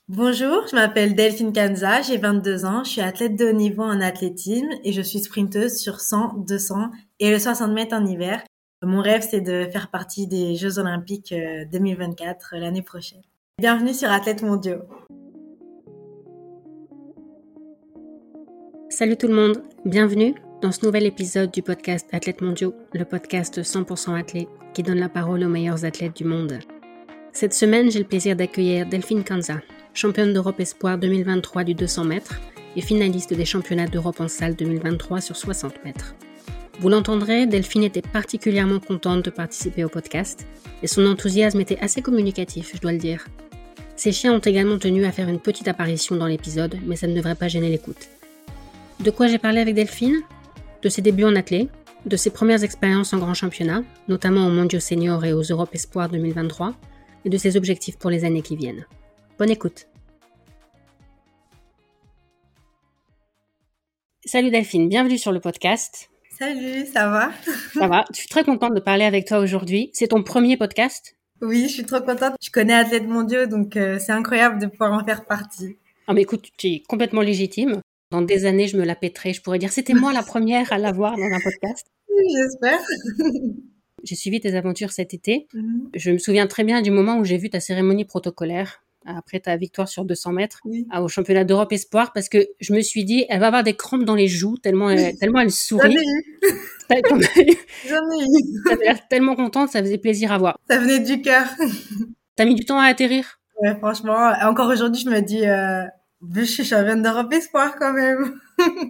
Bonjour, je m'appelle Delphine Kanza, j'ai 22 ans, je suis athlète de haut niveau en athlétisme et je suis sprinteuse sur 100, 200 et le 60 mètres en hiver. Mon rêve, c'est de faire partie des Jeux Olympiques 2024 l'année prochaine. Bienvenue sur Athlètes Mondiaux. Salut tout le monde, bienvenue dans ce nouvel épisode du podcast Athlètes Mondiaux, le podcast 100% athlète qui donne la parole aux meilleurs athlètes du monde. Cette semaine, j'ai le plaisir d'accueillir Delphine Kanza, championne d'Europe Espoir 2023 du 200 mètres et finaliste des championnats d'Europe en salle 2023 sur 60 mètres. Vous l'entendrez, Delphine était particulièrement contente de participer au podcast et son enthousiasme était assez communicatif, je dois le dire. Ses chiens ont également tenu à faire une petite apparition dans l'épisode, mais ça ne devrait pas gêner l'écoute. De quoi j'ai parlé avec Delphine ? De ses débuts en athlée, de ses premières expériences en grand championnat, notamment aux Mondiaux Seniors et aux Europe Espoir 2023, et de ses objectifs pour les années qui viennent. Bonne écoute. Salut Delphine, bienvenue sur le podcast. Salut, ça va ? Ça va, je suis très contente de parler avec toi aujourd'hui. C'est ton premier podcast ? Oui, je suis trop contente. Je connais Athlètes Mondiaux, donc c'est incroyable de pouvoir en faire partie. Ah mais écoute, tu es complètement légitime. Dans des années, je me la pèterai. Je pourrais dire, c'était moi la première à l'avoir dans un podcast. Oui, j'espère. J'ai suivi tes aventures cet été. Je me souviens très bien du moment où j'ai vu ta cérémonie protocolaire après ta victoire sur 200 mètres au championnat d'Europe Espoir, parce que je me suis dit, elle va avoir des crampes dans les joues tellement elle sourit. J'en ai eu. Tu avais l'air tellement contente, ça faisait plaisir à voir. Ça venait du cœur. T'as mis du temps à atterrir ? Ouais, franchement, encore aujourd'hui, je me dis, je suis championne d'Europe Espoir quand même.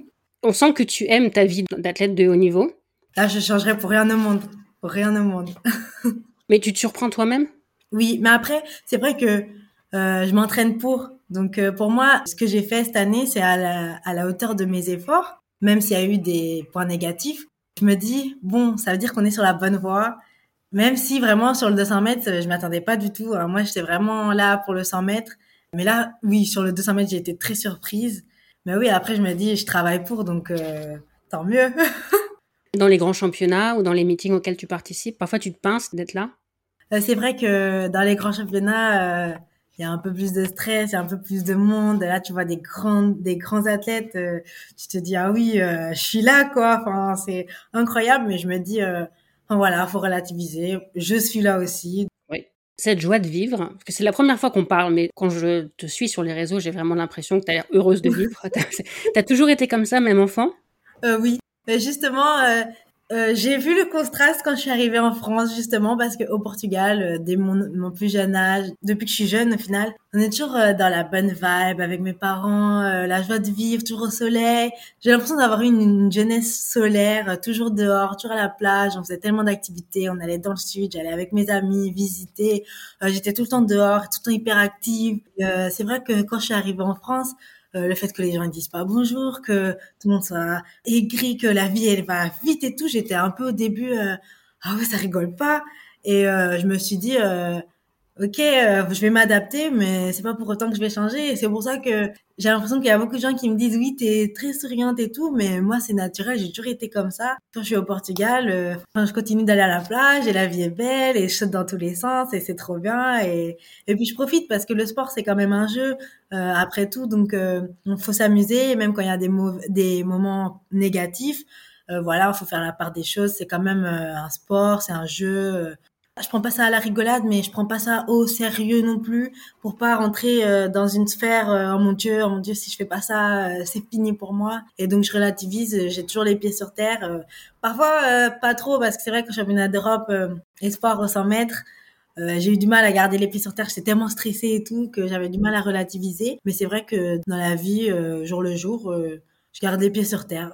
On sent que tu aimes ta vie d'athlète de haut niveau. Là, je changerais pour rien au monde. Pour rien au monde. Mais tu te surprends toi-même ? Oui, mais après, c'est vrai que je m'entraîne pour. Donc, pour moi, ce que j'ai fait cette année, c'est à la hauteur de mes efforts. Même s'il y a eu des points négatifs, je me dis, bon, ça veut dire qu'on est sur la bonne voie. Même si vraiment sur le 200 mètres, je m'attendais pas du tout. Moi, j'étais vraiment là pour le 100 mètres. Mais là, oui, sur le 200 mètres, j'ai été très surprise. Mais oui, après, je me dis, je travaille pour, donc tant mieux. Dans les grands championnats ou dans les meetings auxquels tu participes, parfois tu te pinces d'être là ? C'est vrai que dans les grands championnats, il y a un peu plus de stress, il y a un peu plus de monde. Là, tu vois des grands athlètes, tu te dis ah oui, je suis là quoi. Enfin, c'est incroyable, mais je me dis, enfin voilà, faut relativiser. Je suis là aussi. Oui. Cette joie de vivre, parce que c'est la première fois qu'on parle, mais quand je te suis sur les réseaux, j'ai vraiment l'impression que tu as l'air heureuse de vivre. T'as toujours été comme ça, même enfant ? Oui, mais justement, j'ai vu le contraste quand je suis arrivée en France, justement, parce que au Portugal, dès mon plus jeune âge, depuis que je suis jeune, au final, on est toujours dans la bonne vibe avec mes parents, la joie de vivre, toujours au soleil. J'ai l'impression d'avoir eu une jeunesse solaire, toujours dehors, toujours à la plage. On faisait tellement d'activités, on allait dans le sud, j'allais avec mes amis visiter. J'étais tout le temps dehors, tout le temps hyper active. C'est vrai que quand je suis arrivée en France, le fait que les gens ne disent pas bonjour, que tout le monde soit aigri, que la vie elle va vite et tout, j'étais un peu au début ah ouais, ça rigole pas, et je me suis dit ok, je vais m'adapter, mais c'est pas pour autant que je vais changer. Et c'est pour ça que j'ai l'impression qu'il y a beaucoup de gens qui me disent oui, t'es très souriante et tout, mais moi c'est naturel, j'ai toujours été comme ça. Quand je suis au Portugal, je continue d'aller à la plage et la vie est belle et je saute dans tous les sens et c'est trop bien, et puis je profite parce que le sport c'est quand même un jeu après tout, donc faut s'amuser même quand il y a des moments négatifs. Voilà, faut faire la part des choses, c'est quand même un sport, c'est un jeu. Je prends pas ça à la rigolade, mais je prends pas ça au sérieux non plus, pour pas rentrer dans une sphère oh mon Dieu, si je fais pas ça, c'est fini pour moi. Et donc je relativise, j'ai toujours les pieds sur terre. Parfois pas trop, parce que c'est vrai qu'au championnat d'Europe espoir aux 100 mètres, j'ai eu du mal à garder les pieds sur terre. J'étais tellement stressée et tout que j'avais du mal à relativiser. Mais c'est vrai que dans la vie, jour le jour, je garde les pieds sur terre.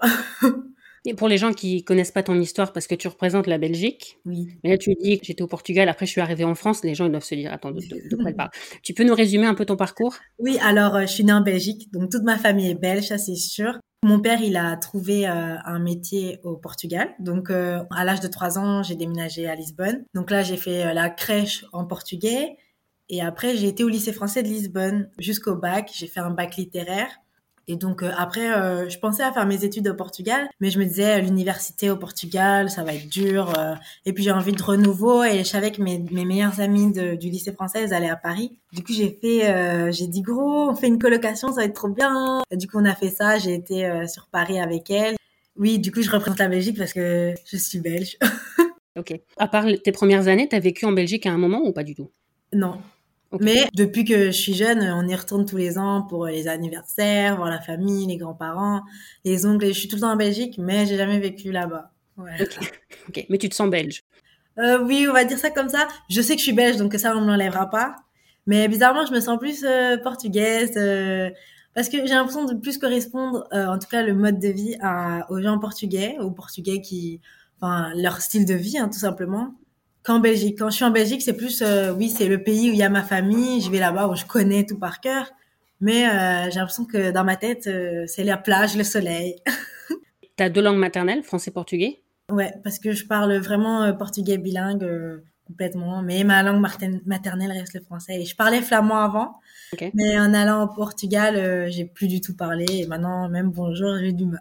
Et pour les gens qui connaissent pas ton histoire, parce que tu représentes la Belgique, Oui. mais là tu dis que j'étais au Portugal, après je suis arrivée en France, les gens ils doivent se dire, attends, de quoi elle parle ? Tu peux nous résumer un peu ton parcours ? Oui, alors je suis née en Belgique, donc toute ma famille est belge, ça c'est sûr. Mon père, il a trouvé un métier au Portugal. Donc à l'âge de 3 ans, j'ai déménagé à Lisbonne. Donc là, j'ai fait la crèche en portugais, et après j'ai été au lycée français de Lisbonne jusqu'au bac. J'ai fait un bac littéraire. Et donc après, je pensais à faire mes études au Portugal, mais je me disais l'université au Portugal, ça va être dur. Et puis j'ai envie de renouveau et je savais que mes meilleures amies du lycée français, elles allaient à Paris. Du coup j'ai dit gros, on fait une colocation, ça va être trop bien. Et du coup on a fait ça. J'ai été sur Paris avec elle. Oui, du coup je représente la Belgique parce que je suis belge. Ok. À part tes premières années, t'as vécu en Belgique à un moment ou pas du tout? Non. Ok. Mais depuis que je suis jeune, on y retourne tous les ans pour les anniversaires, voir la famille, les grands-parents, les oncles. Et je suis tout le temps en Belgique, mais j'ai jamais vécu là-bas. Ouais. Ok. Ok. Mais tu te sens belge? Oui, on va dire ça comme ça. Je sais que je suis belge, donc ça, on me l'enlèvera pas. Mais bizarrement, je me sens plus portugaise parce que j'ai l'impression de plus correspondre, en tout cas, le mode de vie aux gens portugais, aux Portugais enfin, leur style de vie, hein, tout simplement, qu'en Belgique. Quand je suis en Belgique, c'est plus, oui, c'est le pays où il y a ma famille. Je vais là-bas où je connais tout par cœur. Mais j'ai l'impression que dans ma tête, c'est la plage, le soleil. T'as 2 langues maternelles, français-portugais? Ouais, parce que je parle vraiment portugais bilingue complètement, mais ma langue maternelle reste le français. Et je parlais flamand avant, Ok. mais en allant au Portugal, j'ai plus du tout parlé. Et maintenant, même bonjour, j'ai du mal.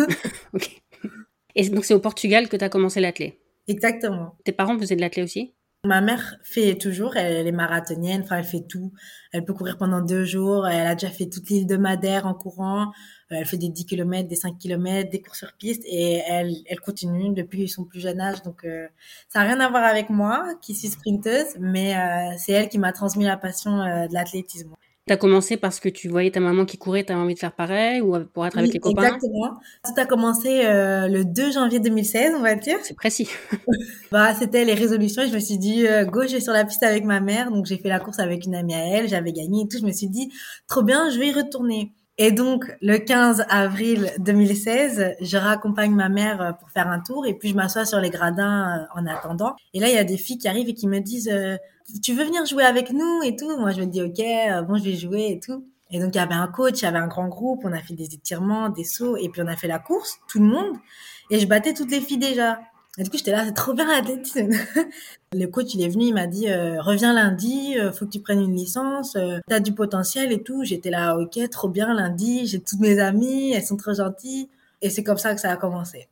Ok. Et donc c'est au Portugal que t'as commencé l'athlé. Exactement. Tes parents faisaient de l'athlé aussi? Ma mère fait toujours, elle est marathonienne, enfin elle fait tout. Elle peut courir pendant 2 jours, elle a déjà fait toute l'île de Madère en courant, elle fait des 10 kilomètres, des 5 kilomètres, des courses sur piste et elle continue depuis son plus jeune âge. Donc ça n'a rien à voir avec moi qui suis sprinteuse, mais c'est elle qui m'a transmis la passion de l'athlétisme. T'as commencé parce que tu voyais ta maman qui courait, t'avais envie de faire pareil ou pour être avec Oui, les copains? exactement. Tout a commencé le 2 janvier 2016, on va dire. C'est précis. Bah, c'était les résolutions et je me suis dit, go, je vais sur la piste avec ma mère. Donc, j'ai fait la course avec une amie à elle, j'avais gagné et tout. Je me suis dit, trop bien, je vais y retourner. Et donc, le 15 avril 2016, je raccompagne ma mère pour faire un tour et puis je m'assois sur les gradins en attendant. Et là, il y a des filles qui arrivent et qui me disent, tu veux venir jouer avec nous et tout? Moi, je me dis, ok, bon, je vais jouer et tout. Et donc, il y avait un coach, il y avait un grand groupe, on a fait des étirements, des sauts et puis on a fait la course, tout le monde. Et je battais toutes les filles déjà. Et du coup, j'étais là, c'est trop bien l'athlétisme. Le coach, il est venu, il m'a dit, reviens lundi, faut que tu prennes une licence, t'as du potentiel et tout. J'étais là, ok, trop bien lundi, j'ai toutes mes amies, elles sont trop gentilles. Et c'est comme ça que ça a commencé.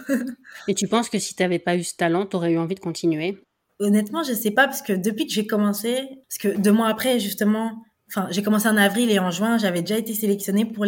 Et tu penses que si t'avais pas eu ce talent, t'aurais eu envie de continuer? Honnêtement, je sais pas, parce que depuis que j'ai commencé, parce que 2 mois après, justement, enfin, j'ai commencé en avril et en juin, j'avais déjà été sélectionnée pour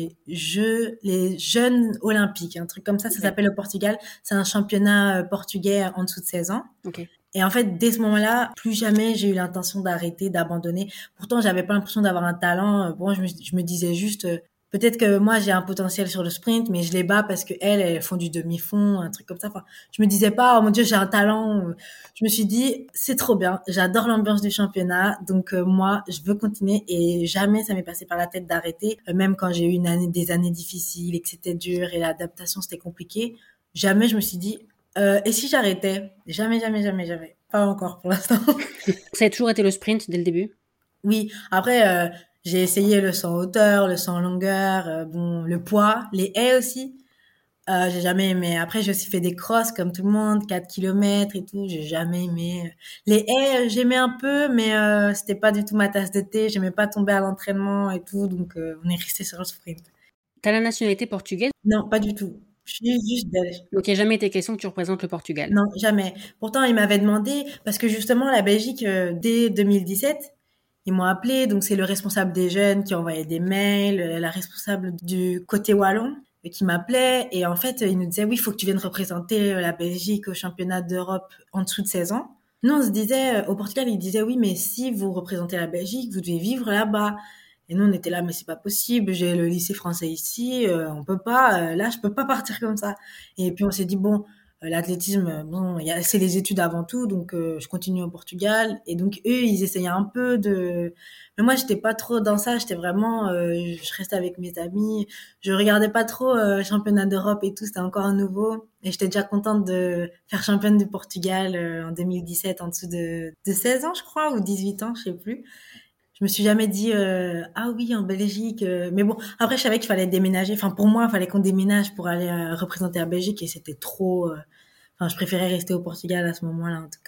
les Jeunes Olympiques, un truc comme ça Ok. s'appelle au Portugal. C'est un championnat portugais en dessous de 16 ans. Ok. Et en fait, dès ce moment-là, plus jamais j'ai eu l'intention d'arrêter, d'abandonner. Pourtant, j'avais pas l'impression d'avoir un talent. Bon, je me disais juste, peut-être que moi j'ai un potentiel sur le sprint, mais je les bats parce que elles font du demi-fond, un truc comme ça. Enfin, je me disais pas, oh mon Dieu, j'ai un talent. Je me suis dit, c'est trop bien. J'adore l'ambiance du championnat, donc moi, je veux continuer. Et jamais ça m'est passé par la tête d'arrêter, même quand j'ai eu des années difficiles et que c'était dur et l'adaptation c'était compliqué. Jamais je me suis dit, et si j'arrêtais? Jamais, jamais, jamais, jamais. Pas encore pour l'instant. Ça a toujours été le sprint dès le début? Oui, après, j'ai essayé le 100 hauteur, le 100 longueur, bon, le poids, les haies aussi. J'ai jamais aimé. Après, j'ai aussi fait des crosses comme tout le monde, 4 kilomètres et tout. J'ai jamais aimé. Les haies, j'aimais un peu, mais c'était pas du tout ma tasse de thé. J'aimais pas tomber à l'entraînement et tout, donc on est resté sur le sprint. T'as la nationalité portugaise, Non, pas du tout. Je suis juste belge. donc il n'y a jamais été question que tu représentes le Portugal. Non, jamais. Pourtant, ils m'avaient demandé, parce que justement, la Belgique, dès 2017, ils m'ont appelé. Donc, c'est le responsable des jeunes qui envoyait des mails, la responsable du côté wallon qui m'appelait. Et en fait, il nous disait, oui, il faut que tu viennes représenter la Belgique au championnat d'Europe en dessous de 16 ans. Nous, on se disait, au Portugal, ils disaient, oui, mais si vous représentez la Belgique, vous devez vivre là-bas. Et nous, on était là, mais c'est pas possible. J'ai le lycée français ici, on peut pas. Là, je peux pas partir comme ça. Et puis, on s'est dit, bon, l'athlétisme, bon, c'est les études avant tout, donc je continue au Portugal. Et donc eux, ils essayaient un peu de. Mais moi, j'étais pas trop dans ça. J'étais vraiment, je restais avec mes amis. Je regardais pas trop championnat d'Europe et tout. C'était encore nouveau. Et j'étais déjà contente de faire championne du Portugal en 2017 en dessous de 16 ans, je crois, ou 18 ans, je sais plus. Je me suis jamais dit ah oui en Belgique mais bon après je savais qu'il fallait déménager enfin pour moi il fallait qu'on déménage pour aller représenter la Belgique et c'était trop enfin je préférais rester au Portugal à ce moment-là en tout cas.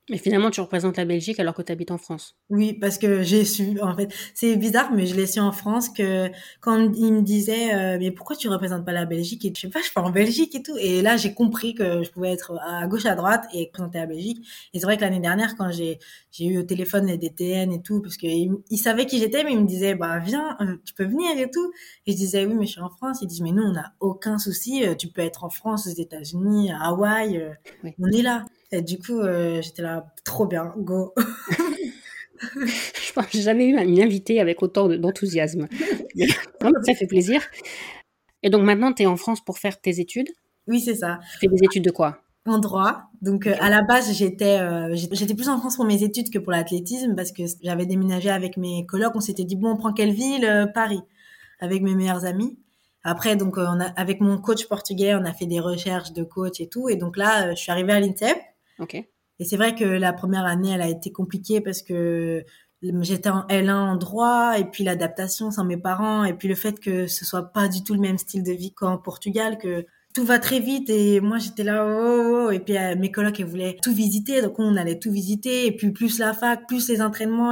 Mais finalement, tu représentes la Belgique alors que tu habites en France. Oui, parce que j'ai su, en fait, c'est bizarre, mais je l'ai su en France que quand il me disait, mais pourquoi tu représentes pas la Belgique? Et je sais pas, je suis pas en Belgique et tout. Et là, j'ai compris que je pouvais être à gauche, à droite et représenter la Belgique. Et c'est vrai que l'année dernière, quand j'ai eu au téléphone les DTN et tout, parce que il savait qui j'étais, mais il me disait, bah, viens, tu peux venir et tout. Et je disais, oui, mais je suis en France. Il dit, mais nous, on n'a aucun souci. Tu peux être en France, aux États-Unis, à Hawaï. Oui. On est là. Et du coup, j'étais là, trop bien, go. Je pense que j'ai jamais eu une invitée avec autant d'enthousiasme. Mais non, mais ça fait plaisir. Et donc maintenant, tu es en France pour faire tes études. Oui, c'est ça. Tu fais des études de quoi? En droit. Donc, Ok. à la base, j'étais plus en France pour mes études que pour l'athlétisme parce que j'avais déménagé avec mes colocs. On s'était dit, bon, on prend quelle ville? Paris. Avec mes meilleurs amis. Après, donc, avec mon coach portugais, on a fait des recherches de coach et tout. Et donc là, je suis arrivée à l'INSEP. Ok. Et c'est vrai que la première année, elle a été compliquée parce que j'étais en L1 en droit et puis l'adaptation sans mes parents et puis le fait que ce soit pas du tout le même style de vie qu'en Portugal, que tout va très vite et moi j'étais là oh, oh, et puis mes colocs elles voulaient tout visiter, donc on allait tout visiter et puis plus la fac, plus les entraînements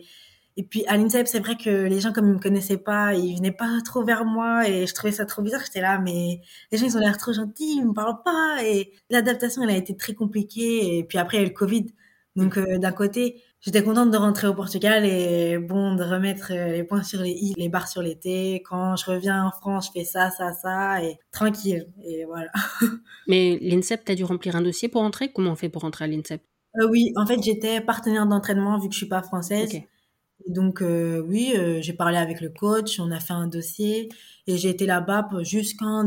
et puis à l'INSEP, c'est vrai que les gens comme ils me connaissaient pas, ils venaient pas trop vers moi et je trouvais ça trop bizarre. J'étais là, mais les gens ils ont l'air trop gentils, ils me parlent pas et l'adaptation elle a été très compliquée. Et puis après il y a eu le Covid, donc d'un côté j'étais contente de rentrer au Portugal et bon de remettre les points sur les i, les barres sur les t. Quand je reviens en France, je fais ça, ça, ça et tranquille et voilà. Mais l'INSEP, tu as dû remplir un dossier pour entrer? Comment on fait pour entrer à l'INSEP? Oui, en fait j'étais partenaire d'entraînement vu que je suis pas Ok. française. Et donc oui, j'ai parlé avec le coach, on a fait un dossier et j'ai été là-bas jusqu'en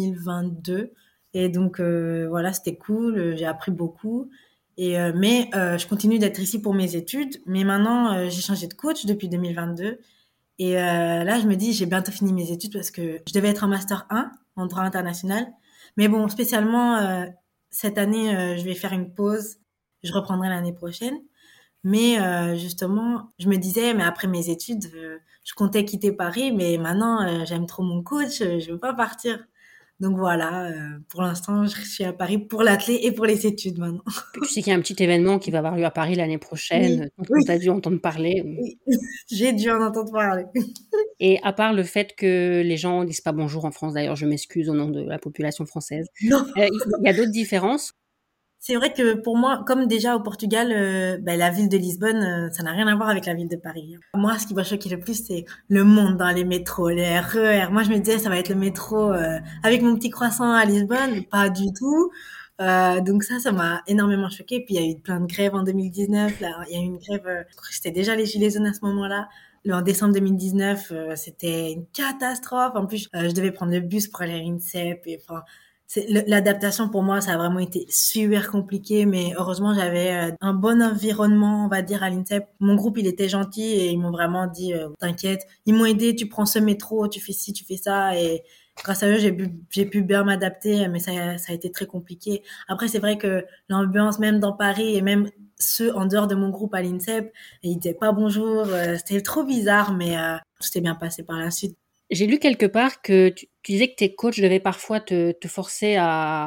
2022. Et donc voilà, c'était cool, j'ai appris beaucoup. Et mais je continue d'être ici pour mes études. Mais maintenant, j'ai changé de coach depuis 2022. Et là, je me dis, j'ai bientôt fini mes études parce que je devais être en master 1 en droit international. Mais bon, spécialement cette année, je vais faire une pause. Je reprendrai l'année prochaine. Mais justement, je me disais, mais après mes études, je comptais quitter Paris, mais maintenant, j'aime trop mon coach, je veux pas partir. Donc voilà, pour l'instant, je suis à Paris pour l'athlé et pour les études maintenant. Puis tu sais qu'il y a un petit événement qui va avoir lieu à Paris l'année Oui, prochaine, dont oui, tu as dû entendre parler. oui, j'ai dû en entendre parler. Et à part le fait que les gens disent pas bonjour en France, d'ailleurs, je m'excuse au nom de la population française, Non, il y a d'autres différences. c'est vrai que pour moi, comme déjà au Portugal, ben, la ville de Lisbonne, ça n'a rien à voir avec la ville de Paris. Moi, ce qui m'a choqué le plus, c'est le monde dans les métros, les RER. Moi, je me disais, ça va être le métro avec mon petit croissant à Lisbonne. Pas du tout. Donc ça m'a énormément choqué. Puis il y a eu plein de grèves en 2019. Là, il y a eu une grève, je crois que c'était déjà les Gilets jaunes à ce moment-là. En décembre 2019, c'était une catastrophe. En plus, je devais prendre le bus pour aller à l'INSEP. Et enfin, l'adaptation pour moi, ça a vraiment été super compliqué, mais heureusement, j'avais un bon environnement, on va dire, à l'INSEP. Mon groupe, il était gentil et ils m'ont vraiment dit, t'inquiète, ils m'ont aidé, tu prends ce métro, tu fais ci, tu fais ça, et grâce à eux, j'ai pu bien m'adapter, mais ça a été très compliqué. Après, c'est vrai que l'ambiance, même dans Paris et même ceux en dehors de mon groupe à l'INSEP, ils disaient pas bonjour, c'était trop bizarre, mais tout s'est bien passé par la suite. J'ai lu quelque part que tu disais que tes coachs devaient parfois te forcer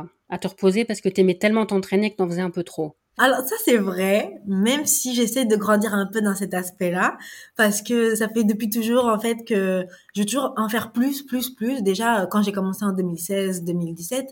à te reposer parce que tu aimais tellement t'entraîner que t'en faisais un peu trop. Alors ça c'est vrai, même si j'essaie de grandir un peu dans cet aspect-là, parce que ça fait depuis toujours en fait que je veux toujours en faire plus, plus, plus. Déjà quand j'ai commencé en 2016-2017,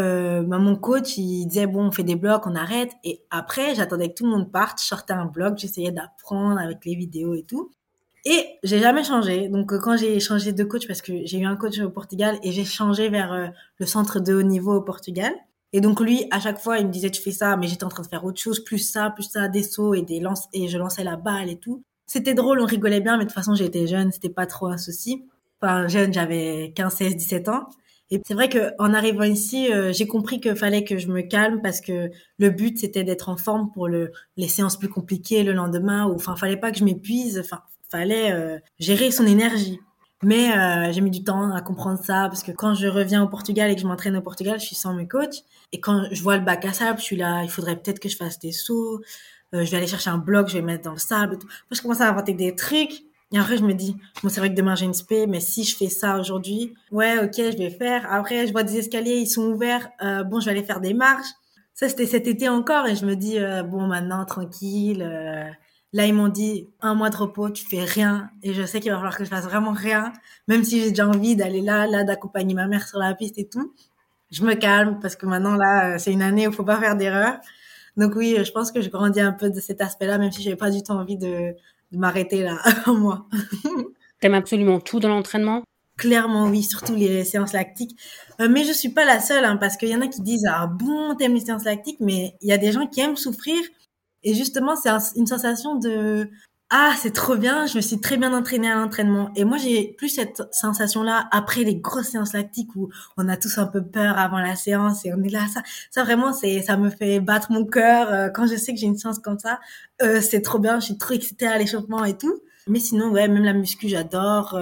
mon coach il disait bon on fait des blocs, on arrête, et après j'attendais que tout le monde parte, je sortais un bloc, j'essayais d'apprendre avec les vidéos et tout. Et j'ai jamais changé. Donc quand j'ai changé de coach, parce que j'ai eu un coach au Portugal et j'ai changé vers le centre de haut niveau au Portugal. Et donc lui, à chaque fois, il me disait tu fais ça, mais j'étais en train de faire autre chose, plus ça, des sauts et des lances, et je lançais la balle et tout. C'était drôle, on rigolait bien, mais de toute façon j'étais jeune, c'était pas trop un souci. Enfin jeune, j'avais 15, 16, 17 ans. Et c'est vrai que en arrivant ici, j'ai compris qu'il fallait que je me calme parce que le but c'était d'être en forme pour les séances plus compliquées le lendemain. Ou enfin, fallait pas que je m'épuise. Enfin, fallait gérer son énergie. Mais j'ai mis du temps à comprendre ça parce que quand je reviens au Portugal et que je m'entraîne au Portugal, je suis sans mes coachs. Et quand je vois le bac à sable, je suis là, il faudrait peut-être que je fasse des sauts. Je vais aller chercher un bloc, je vais mettre dans le sable. Et tout. Moi, je commence à inventer des trucs. Et après, je me dis, bon, c'est vrai que demain j'ai une spé, mais si je fais ça aujourd'hui, ouais, ok, je vais faire. Après, je vois des escaliers, ils sont ouverts. Bon, je vais aller faire des marches. Ça, c'était cet été encore et je me dis, bon, maintenant, tranquille. Là, ils m'ont dit, 1 mois de repos, tu fais rien. Et je sais qu'il va falloir que je fasse vraiment rien, même si j'ai déjà envie d'aller là, d'accompagner ma mère sur la piste et tout. Je me calme parce que maintenant, là, c'est une année où il faut pas faire d'erreur. Donc oui, je pense que je grandis un peu de cet aspect-là, même si j'avais pas du tout envie de m'arrêter là, moi. T'aimes absolument tout dans l'entraînement? Clairement, oui, surtout les séances lactiques. Mais je suis pas la seule, hein, parce qu'il y en a qui disent, ah bon, t'aimes les séances lactiques, mais il y a des gens qui aiment souffrir. Et justement, c'est une sensation de, ah, c'est trop bien, je me suis très bien entraînée à l'entraînement. Et moi, j'ai plus cette sensation-là après les grosses séances lactiques où on a tous un peu peur avant la séance et on est là, ça vraiment, ça me fait battre mon cœur quand je sais que j'ai une séance comme ça. C'est trop bien, je suis trop excitée à l'échauffement et tout. Mais sinon, ouais, même la muscu, j'adore.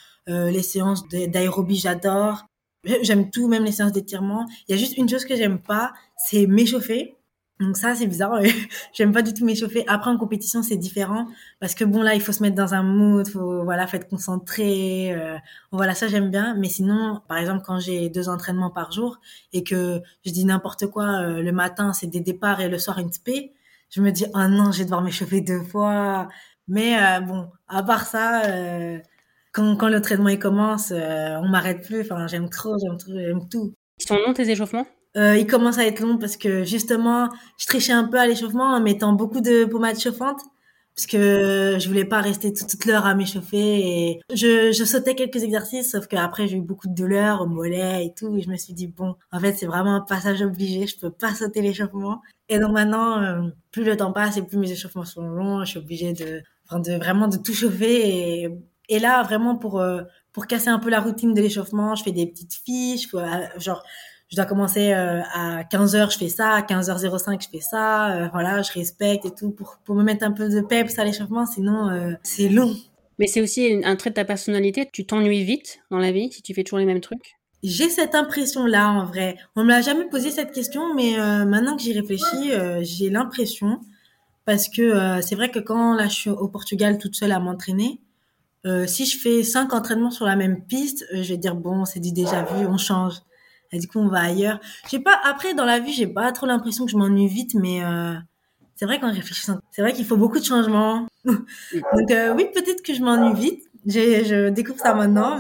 Les séances d'aérobie, j'adore. J'aime tout, même les séances d'étirement. Il y a juste une chose que j'aime pas, c'est m'échauffer. Donc ça, c'est bizarre. J'aime pas du tout m'échauffer. Après, en compétition, c'est différent parce que bon, là, il faut se mettre dans un mood, faut être concentré. Voilà, ça, j'aime bien. Mais sinon, par exemple, quand j'ai 2 entraînements par jour et que je dis n'importe quoi, le matin, c'est des départs et le soir, une spé, je me dis, oh non, je vais devoir m'échauffer 2 fois. Mais bon, à part ça, quand l'entraînement il commence, on m'arrête plus. Enfin, j'aime tout. Ils sont longs tes échauffements? Il commence à être long parce que justement, je trichais un peu à l'échauffement en mettant beaucoup de pommade chauffante parce que je voulais pas rester toute l'heure à m'échauffer et je sautais quelques exercices sauf qu'après j'ai eu beaucoup de douleurs au mollet et tout et je me suis dit bon, en fait, c'est vraiment un passage obligé, je peux pas sauter l'échauffement. Et donc maintenant, plus le temps passe et plus mes échauffements sont longs, je suis obligée de vraiment de tout chauffer et là vraiment pour casser un peu la routine de l'échauffement, je fais des petites fiches, genre je dois commencer à 15h, je fais ça, à 15h05, je fais ça, voilà, je respecte et tout pour me mettre un peu de peps à l'échauffement, sinon c'est long. Mais c'est aussi un trait de ta personnalité. Tu t'ennuies vite dans la vie si tu fais toujours les mêmes trucs? J'ai cette impression-là en vrai. On me l'a jamais posé cette question, mais maintenant que j'y réfléchis, j'ai l'impression parce que c'est vrai que quand là je suis au Portugal toute seule à m'entraîner, si je fais 5 entraînements sur la même piste, je vais dire bon, c'est du déjà vu, on change. Et du coup, on va ailleurs. J'ai pas après dans la vie, j'ai pas trop l'impression que je m'ennuie vite, mais c'est vrai qu'en réfléchissant, c'est vrai qu'il faut beaucoup de changements. Mm. Donc oui, peut-être que je m'ennuie vite. Je découvre ça maintenant,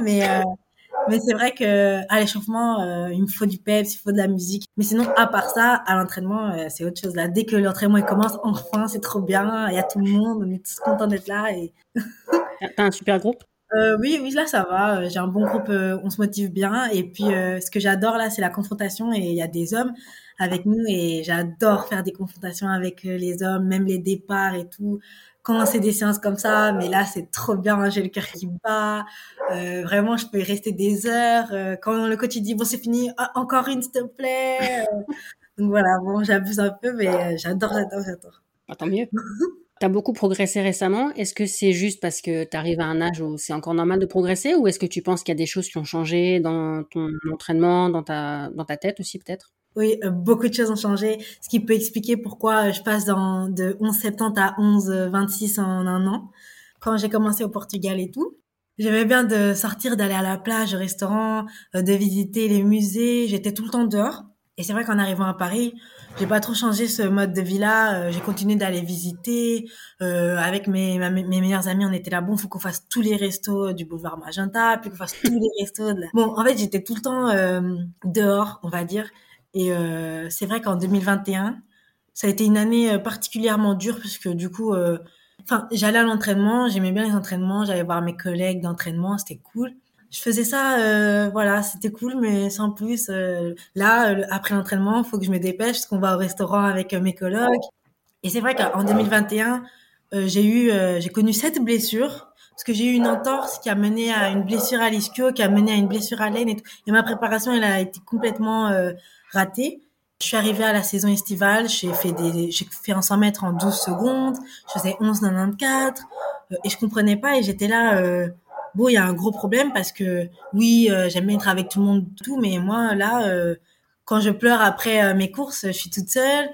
mais c'est vrai que à l'échauffement, il me faut du peps, il faut de la musique. Mais sinon, à part ça, à l'entraînement, c'est autre chose là. Dès que l'entraînement il commence, enfin, c'est trop bien. Il y a tout le monde, on est tous contents d'être là et T'as un super groupe? oui, oui, là ça va. J'ai un bon groupe, on se motive bien. Et puis, ce que j'adore là, c'est la confrontation. Et il y a des hommes avec nous, et j'adore faire des confrontations avec les hommes, même les départs et tout. Quand c'est des séances comme ça, mais là c'est trop bien. Hein, j'ai le cœur qui bat. Vraiment, je peux y rester des heures. Quand le coach il dit bon c'est fini, ah, encore une s'il te plaît. Donc voilà, bon j'abuse un peu, mais j'adore. Ah, tant mieux. T'as beaucoup progressé récemment. Est-ce que c'est juste parce que t'arrives à un âge où c'est encore normal de progresser, ou est-ce que tu penses qu'il y a des choses qui ont changé dans ton entraînement, dans ta tête aussi peut-être? Oui, beaucoup de choses ont changé, ce qui peut expliquer pourquoi je passe de 11,70 à 11,26 en un an. Quand j'ai commencé au Portugal et tout, j'aimais bien de sortir, d'aller à la plage, au restaurant, de visiter les musées. J'étais tout le temps dehors. Et c'est vrai qu'en arrivant à Paris, j'ai pas trop changé ce mode de vie-là. J'ai continué d'aller visiter. Avec mes meilleurs amis, on était là, bon, faut qu'on fasse tous les restos du boulevard Magenta, puis qu'on fasse tous les restos Bon, en fait, j'étais tout le temps dehors, on va dire. Et c'est vrai qu'en 2021, ça a été une année particulièrement dure parce que du coup, enfin, j'allais à l'entraînement, j'aimais bien les entraînements, j'allais voir mes collègues d'entraînement, c'était cool. Je faisais ça, voilà, c'était cool, mais sans plus. Là, après l'entraînement, il faut que je me dépêche parce qu'on va au restaurant avec mes collègues. Et c'est vrai qu'en 2021, j'ai connu 7 blessures parce que j'ai eu une entorse qui a mené à une blessure à l'ischio, qui a mené à une blessure à l'aine et tout. Et ma préparation, elle a été complètement ratée. Je suis arrivée à la saison estivale, j'ai fait un 100 mètres en 12 secondes, je faisais 11,94 et je comprenais pas et j'étais là, bon, il y a un gros problème parce que oui, j'aime bien être avec tout le monde, tout, mais moi là, quand je pleure après mes courses, je suis toute seule.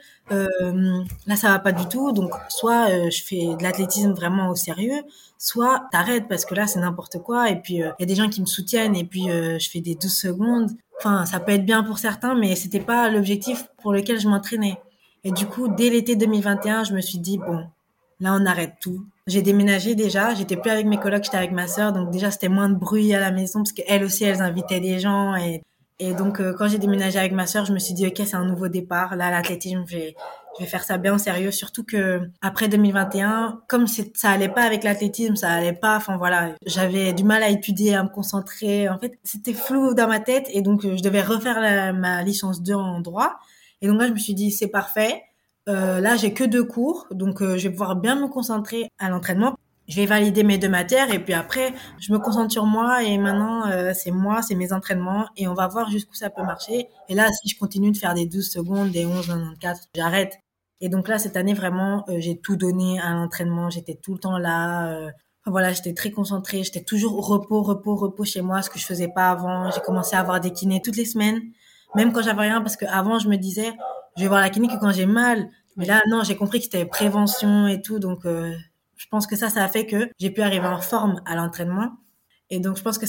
Là, ça va pas du tout. Donc, soit je fais de l'athlétisme vraiment au sérieux, soit t'arrêtes parce que là, c'est n'importe quoi. Et puis, il y a des gens qui me soutiennent et puis je fais des 12 secondes. Enfin, ça peut être bien pour certains, mais c'était pas l'objectif pour lequel je m'entraînais. Et du coup, dès l'été 2021, je me suis dit, bon, là, on arrête tout. J'ai déménagé déjà. J'étais plus avec mes colocs, j'étais avec ma sœur. Donc déjà, c'était moins de bruit à la maison parce qu'elles aussi, elles invitaient des gens. Et donc, quand j'ai déménagé avec ma sœur, je me suis dit, OK, c'est un nouveau départ. Là, l'athlétisme, je vais faire ça bien au sérieux. Surtout que après 2021, comme ça allait pas avec l'athlétisme, ça allait pas. Enfin voilà, j'avais du mal à étudier, à me concentrer. En fait, c'était flou dans ma tête. Et donc, je devais refaire ma licence 2 en droit. Et donc là, je me suis dit, c'est parfait. Là, j'ai que 2 cours, donc je vais pouvoir bien me concentrer à l'entraînement. Je vais valider mes 2 matières et puis après, je me concentre sur moi et maintenant, c'est moi, c'est mes entraînements et on va voir jusqu'où ça peut marcher. Et là, si je continue de faire des 12 secondes, des 11,94, j'arrête. Et donc là, cette année, vraiment, j'ai tout donné à l'entraînement. J'étais tout le temps là. Enfin, voilà, j'étais très concentrée. J'étais toujours au repos, repos, repos chez moi, ce que je faisais pas avant. J'ai commencé à avoir des kinés toutes les semaines, même quand j'avais rien, parce que avant, je me disais, je vais voir la kiné que quand j'ai mal. Mais là, non, j'ai compris que c'était prévention et tout. Donc, je pense que ça a fait que j'ai pu arriver en forme à l'entraînement. Et donc, je pense que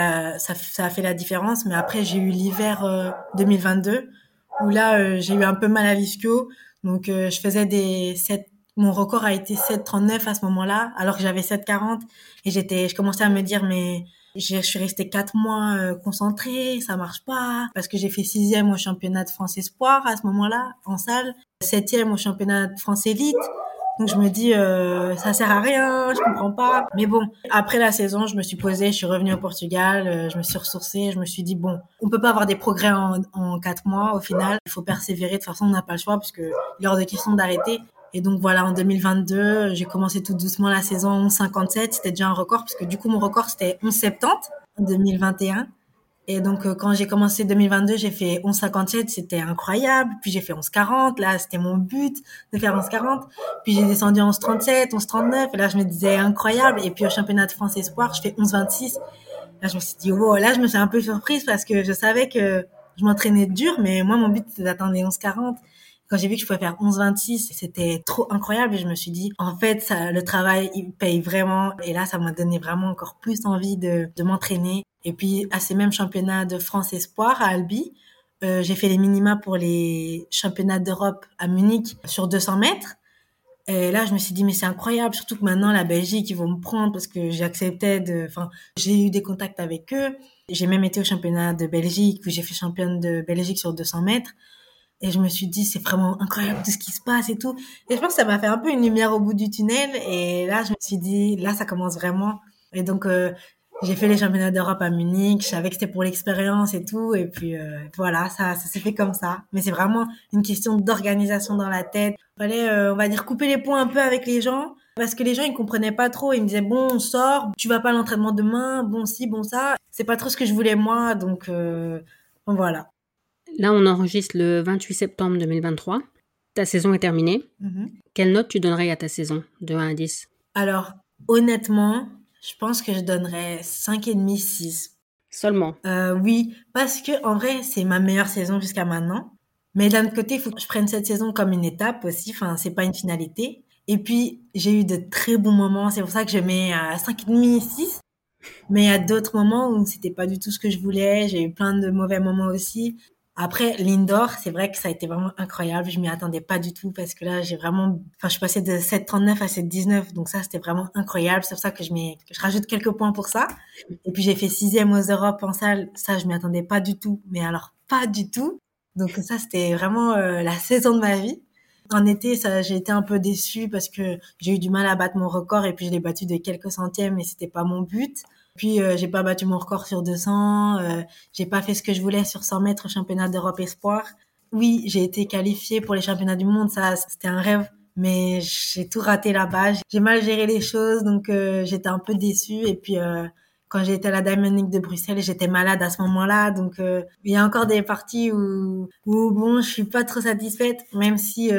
ça a fait la différence. Mais après, j'ai eu l'hiver 2022 où là, j'ai eu un peu mal à l'ischio. Donc, je faisais mon record a été 7,39 à ce moment-là, alors que j'avais 7,40. Et je commençais à me dire, mais je suis restée 4 mois concentrée, ça marche pas. Parce que j'ai fait 6e au championnat de France Espoir à ce moment-là, en salle. 7e au championnat de France Élite. Donc je me dis, ça sert à rien, je comprends pas. Mais bon, après la saison, je me suis posée, je suis revenue au Portugal, je me suis ressourcée, je me suis dit, bon, on peut pas avoir des progrès en 4 mois au final. Il faut persévérer, de toute façon, on n'a pas le choix parce que il est hors de question d'arrêter. Et donc voilà, en 2022, j'ai commencé tout doucement la saison 11,57. C'était déjà un record parce que du coup, mon record, c'était 11,70 en 2021. Et donc, quand j'ai commencé 2022, j'ai fait 11,57, c'était incroyable. Puis j'ai fait 11,40, là, c'était mon but de faire 11,40. Puis j'ai descendu 11,37, 11,39, et là, je me disais incroyable. Et puis au championnat de France Espoir, je fais 11,26. Là, je me suis dit, wow, là, je me suis un peu surprise parce que je savais que je m'entraînais dur, mais moi, mon but, c'était d'atteindre les 11,40. Quand j'ai vu que je pouvais faire 11,26, c'était trop incroyable et je me suis dit, en fait, ça, le travail, il paye vraiment. Et là, ça m'a donné vraiment encore plus envie de m'entraîner. Et puis, à ces mêmes championnats de France Espoir à Albi, j'ai fait les minima pour les championnats d'Europe à Munich sur 200 mètres. Et là, je me suis dit, mais c'est incroyable, surtout que maintenant, la Belgique, ils vont me prendre parce que j'ai eu des contacts avec eux. J'ai même été au championnat de Belgique, puis j'ai fait championne de Belgique sur 200 mètres. Et je me suis dit, c'est vraiment incroyable tout ce qui se passe et tout. Et je pense que ça m'a fait un peu une lumière au bout du tunnel. Et là, je me suis dit, là, ça commence vraiment. Et donc, j'ai fait les championnats d'Europe à Munich. Je savais que c'était pour l'expérience et tout. Et puis, voilà, ça s'est fait comme ça. Mais c'est vraiment une question d'organisation dans la tête. Il fallait, on va dire, couper les ponts un peu avec les gens. Parce que les gens, ils comprenaient pas trop. Ils me disaient, bon, on sort, tu vas pas à l'entraînement demain, bon, ci, bon, ça. C'est pas trop ce que je voulais, moi. Donc, bon, voilà. Là, on enregistre le 28 septembre 2023. Ta saison est terminée. Quelle note tu donnerais à ta saison, de 1 à 10? Alors, honnêtement, je pense que je donnerais 5,5, 6. Seulement. Oui, parce que en vrai, c'est ma meilleure saison jusqu'à maintenant. Mais d'un autre côté, il faut que je prenne cette saison comme une étape aussi. Enfin, c'est pas une finalité. Et puis, j'ai eu de très bons moments. C'est pour ça que je mets à 5,5, 6. Mais il y a d'autres moments où c'était pas du tout ce que je voulais. J'ai eu plein de mauvais moments aussi. Après, l'indoor, c'est vrai que ça a été vraiment incroyable. Je m'y attendais pas du tout parce que là, je suis passée de 7,39 à 7,19. Donc ça, c'était vraiment incroyable. C'est pour ça que je rajoute quelques points pour ça. Et puis, j'ai fait 6e aux Europes en salle. Ça, je m'y attendais pas du tout. Mais alors, pas du tout. Donc ça, c'était vraiment la saison de ma vie. En été, j'ai été un peu déçue parce que j'ai eu du mal à battre mon record et puis je l'ai battu de quelques centièmes et c'était pas mon but. Puis j'ai pas battu mon record sur 200, j'ai pas fait ce que je voulais sur 100 mètres au championnat d'Europe Espoir. Oui, j'ai été qualifiée pour les championnats du monde, ça c'était un rêve, mais j'ai tout raté là-bas. J'ai mal géré les choses, donc j'étais un peu déçue. Et puis quand j'ai été à la Diamond League de Bruxelles, j'étais malade à ce moment-là, donc il y a encore des parties où bon, je suis pas trop satisfaite, même si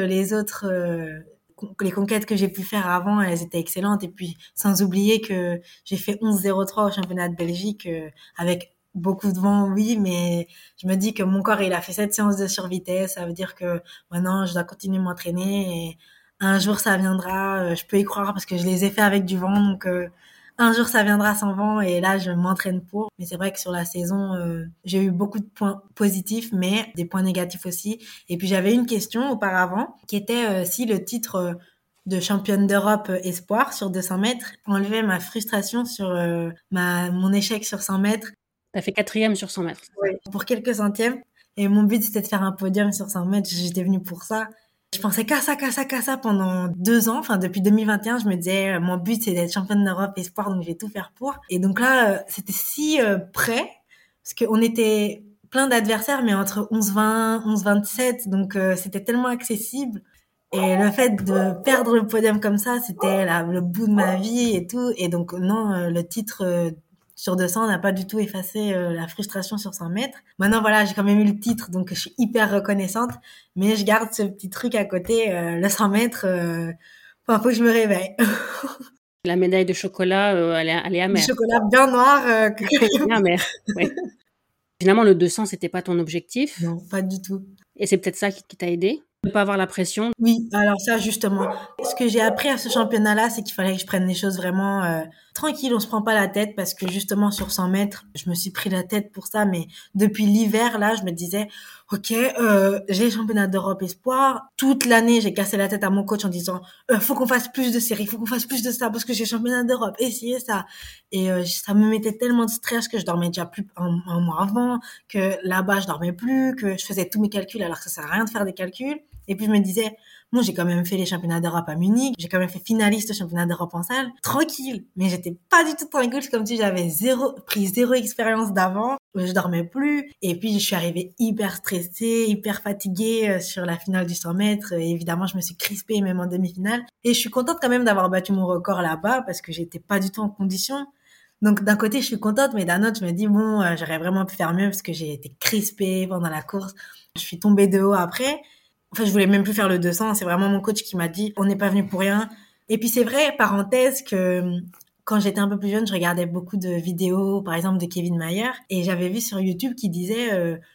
les conquêtes que j'ai pu faire avant, elles étaient excellentes. Et puis, sans oublier que j'ai fait 11,03 au championnat de Belgique avec beaucoup de vent, oui, mais je me dis que mon corps, il a fait 7 séances de survitesse. Ça veut dire que maintenant, je dois continuer à m'entraîner et un jour, ça viendra. Je peux y croire parce que je les ai fait avec du vent. Donc, un jour, ça viendra sans vent et là, je m'entraîne pour. Mais c'est vrai que sur la saison, j'ai eu beaucoup de points positifs, mais des points négatifs aussi. Et puis, j'avais une question auparavant qui était si le titre de championne d'Europe espoir sur 200 mètres enlevait ma frustration sur mon échec sur 100 mètres. T'as fait 4e sur 100 mètres, c'est ça? Pour quelques centièmes. Et mon but, c'était de faire un podium sur 100 mètres. J'étais venue pour ça. Je pensais qu'à ça pendant 2 ans. Enfin, depuis 2021, je me disais, mon but, c'est d'être championne d'Europe espoir, donc je vais tout faire pour. Et donc là, c'était si près, parce qu'on était plein d'adversaires, mais entre 11-20, 11-27, donc c'était tellement accessible. Et le fait de perdre le podium comme ça, c'était le bout de ma vie et tout. Et donc non, le titre sur 200 n'a pas du tout effacé la frustration sur 100 mètres. Maintenant, voilà, j'ai quand même eu le titre, donc je suis hyper reconnaissante. Mais je garde ce petit truc à côté, le 100 mètres. Enfin, faut que je me réveille. La médaille de chocolat, elle est Du amère. chocolat bien noir. Bien amère, ouais. Finalement, le 200, c'était pas ton objectif. Non, pas du tout. Et c'est peut-être ça qui t'a aidé? De pas avoir la pression? Oui, alors ça justement, ce que j'ai appris à ce championnat-là, c'est qu'il fallait que je prenne les choses vraiment tranquille, on se prend pas la tête parce que justement sur 100 mètres, je me suis pris la tête pour ça, mais depuis l'hiver là, je me disais, ok, j'ai les championnats d'Europe espoir, toute l'année j'ai cassé la tête à mon coach en disant, faut qu'on fasse plus de séries, faut qu'on fasse plus de ça parce que j'ai les championnats d'Europe, essayez ça, et ça me mettait tellement de stress que je dormais déjà plus un mois avant, que là-bas je dormais plus, que je faisais tous mes calculs alors que ça sert à rien de faire des calculs. Et puis je me disais, bon, j'ai quand même fait les championnats d'Europe à Munich, j'ai quand même fait finaliste au championnat d'Europe en salle, tranquille. Mais j'étais pas du tout tranquille, c'est comme si j'avais pris zéro expérience d'avant, je dormais plus. Et puis je suis arrivée hyper stressée, hyper fatiguée sur la finale du 100 mètres. Et évidemment, je me suis crispée même en demi-finale. Et je suis contente quand même d'avoir battu mon record là-bas parce que j'étais pas du tout en condition. Donc d'un côté, je suis contente, mais d'un autre, je me dis, bon, j'aurais vraiment pu faire mieux parce que j'ai été crispée pendant la course. Je suis tombée de haut après. Enfin, je voulais même plus faire le 200. C'est vraiment mon coach qui m'a dit, on n'est pas venu pour rien. Et puis c'est vrai, parenthèse, que quand j'étais un peu plus jeune, je regardais beaucoup de vidéos, par exemple de Kevin Mayer, et j'avais vu sur YouTube qui disait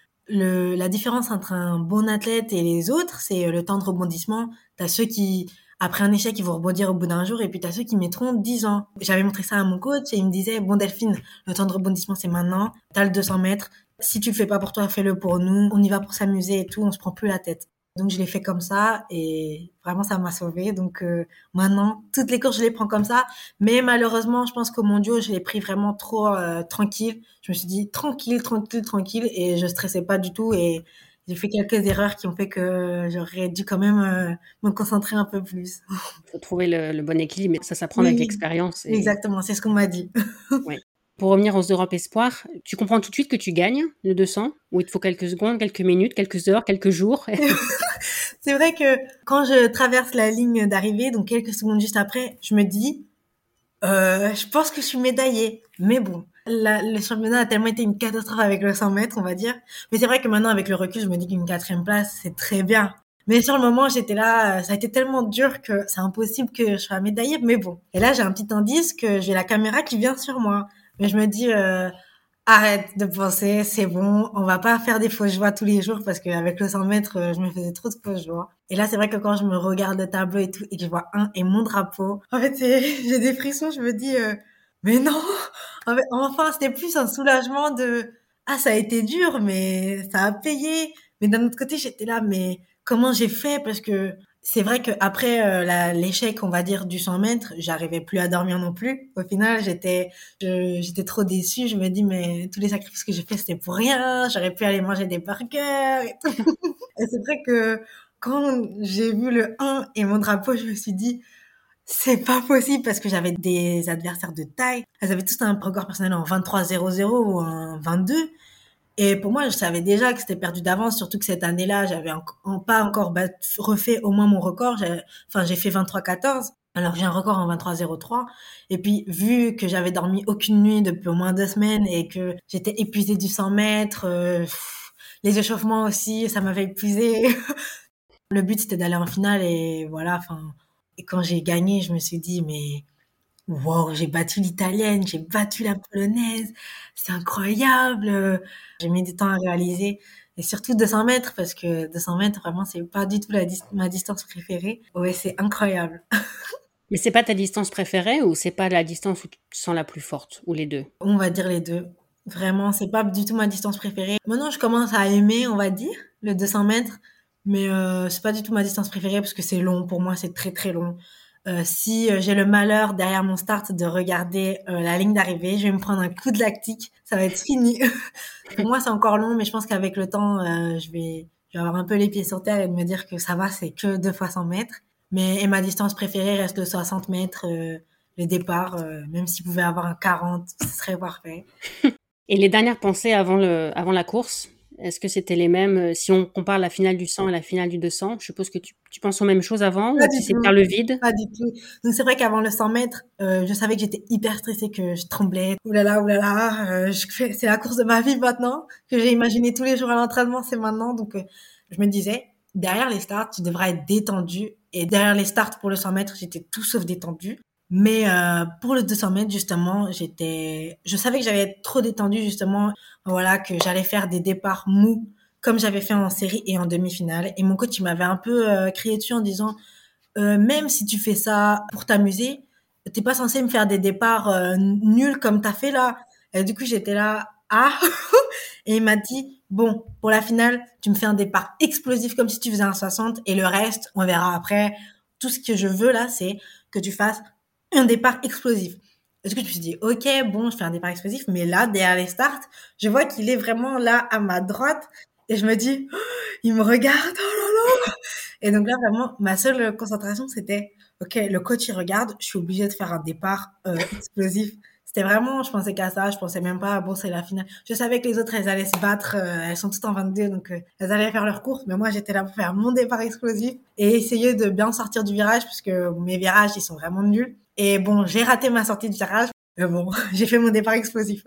la différence entre un bon athlète et les autres, c'est le temps de rebondissement. T'as ceux qui, après un échec, ils vont rebondir au bout d'un jour, et puis t'as ceux qui mettront 10 ans. J'avais montré ça à mon coach, et il me disait, bon Delphine, le temps de rebondissement, c'est maintenant. T'as le 200 mètres. Si tu le fais pas pour toi, fais-le pour nous. On y va pour s'amuser et tout, on se prend plus la tête. Donc je l'ai fait comme ça et vraiment ça m'a sauvée. Donc maintenant toutes les courses je les prends comme ça. Mais malheureusement je pense qu'au mondiaux je l'ai pris vraiment trop tranquille. Je me suis dit tranquille, tranquille, tranquille et je stressais pas du tout et j'ai fait quelques erreurs qui ont fait que j'aurais dû quand même me concentrer un peu plus. Faut trouver le bon équilibre, mais ça s'apprend avec Oui, l'expérience. Et exactement, c'est ce qu'on m'a dit. ouais. Pour revenir aux Europes Espoirs, tu comprends tout de suite que tu gagnes le 200 ou il te faut quelques secondes, quelques minutes, quelques heures, quelques jours? C'est vrai que quand je traverse la ligne d'arrivée, donc quelques secondes juste après, je me dis je pense que je suis médaillée. Mais bon, le championnat a tellement été une catastrophe avec le 100 mètres, on va dire. Mais c'est vrai que maintenant, avec le recul, je me dis qu'une 4e place, c'est très bien. Mais sur le moment, j'étais là, ça a été tellement dur que c'est impossible que je sois médaillée. Mais bon. Et là, j'ai un petit indice que j'ai la caméra qui vient sur moi. Mais je me dis, arrête de penser, c'est bon, on va pas faire des fausses joies tous les jours parce qu'avec le 100 mètres, je me faisais trop de fausses joies. Et là, c'est vrai que quand je me regarde le tableau et tout, et que je vois un et mon drapeau, en fait, j'ai des frissons, je me dis, mais non! En fait, enfin, c'était plus un soulagement de, ah, ça a été dur, mais ça a payé. Mais d'un autre côté, j'étais là, mais comment j'ai fait? Parce que c'est vrai qu'après l'échec, on va dire, du 100 mètres, j'arrivais plus à dormir non plus. Au final, j'étais trop déçue. Je me dis, mais tous les sacrifices que j'ai faits, c'était pour rien. J'aurais pu aller manger des burgers et tout. Et c'est vrai que quand j'ai vu le 1 et mon drapeau, je me suis dit, c'est pas possible parce que j'avais des adversaires de taille. Elles avaient tous un record personnel en 23,00 ou en 22. Et pour moi, je savais déjà que c'était perdu d'avance, surtout que cette année-là, j'avais pas encore refait au moins mon record. J'ai fait 23,14. Alors j'ai un record en 23,03. Et puis, vu que j'avais dormi aucune nuit depuis au moins 2 semaines et que j'étais épuisée du 100 mètres, les échauffements aussi, ça m'avait épuisée. Le but, c'était d'aller en finale et voilà, enfin, et quand j'ai gagné, je me suis dit, mais wow, j'ai battu l'italienne, j'ai battu la polonaise, c'est incroyable. J'ai mis du temps à réaliser. Et surtout 200 mètres, parce que 200 mètres, vraiment, c'est pas du tout ma distance préférée. Ouais, c'est incroyable. Mais c'est pas ta distance préférée ou c'est pas la distance où tu te sens la plus forte, ou les deux? On va dire les deux. Vraiment, c'est pas du tout ma distance préférée. Maintenant, je commence à aimer, on va dire, le 200 mètres. Mais c'est pas du tout ma distance préférée parce que c'est long. Pour moi, c'est très très long. Si j'ai le malheur derrière mon start de regarder la ligne d'arrivée, je vais me prendre un coup de lactique. Ça va être fini. Pour moi, c'est encore long, mais je pense qu'avec le temps, je vais avoir un peu les pieds sur terre et de me dire que ça va, c'est que 2 fois 100 mètres. Mais et ma distance préférée reste le 60 mètres, le départ. Même s'il pouvait avoir un 40, ce serait parfait. Et les dernières pensées avant la course, est-ce que c'était les mêmes si on compare la finale du 100 et la finale du 200? Je suppose que tu penses aux mêmes choses avant Pas ou du tu sais tout, faire le vide? pas du tout. Donc c'est vrai qu'avant le 100 mètres, je savais que j'étais hyper stressée, que je tremblais. Ouh là là, c'est la course de ma vie maintenant, que j'ai imaginé tous les jours à l'entraînement, c'est maintenant. Donc je me disais, derrière les starts, tu devras être détendu. Et derrière les starts pour le 100 mètres, j'étais tout sauf détendue. Mais pour le 200 mètres, justement, je savais que j'allais être trop détendue, justement, voilà, que j'allais faire des départs mous, comme j'avais fait en série et en demi-finale. Et mon coach, il m'avait un peu crié dessus en disant, même si tu fais ça pour t'amuser, t'es pas censé me faire des départs nuls comme t'as fait là. Et du coup, j'étais là, ah. Et il m'a dit, bon, pour la finale, tu me fais un départ explosif comme si tu faisais un 60 et le reste, on verra après. Tout ce que je veux là, c'est que tu fasses un départ explosif. Et du coup, je me suis dit, ok, bon, je fais un départ explosif, mais là, derrière les starts, je vois qu'il est vraiment là à ma droite et je me dis, oh, il me regarde, oh là là. Et donc là, vraiment, ma seule concentration, c'était, ok, le coach, il regarde, je suis obligée de faire un départ explosif. C'était vraiment, je pensais qu'à ça, je pensais même pas, bon, c'est la finale. Je savais que les autres, elles allaient se battre, elles sont toutes en 22, donc elles allaient faire leur course, mais moi, j'étais là pour faire mon départ explosif et essayer de bien sortir du virage, puisque mes virages, ils sont vraiment nuls. Et bon, j'ai raté ma sortie de virage, mais bon, j'ai fait mon départ explosif.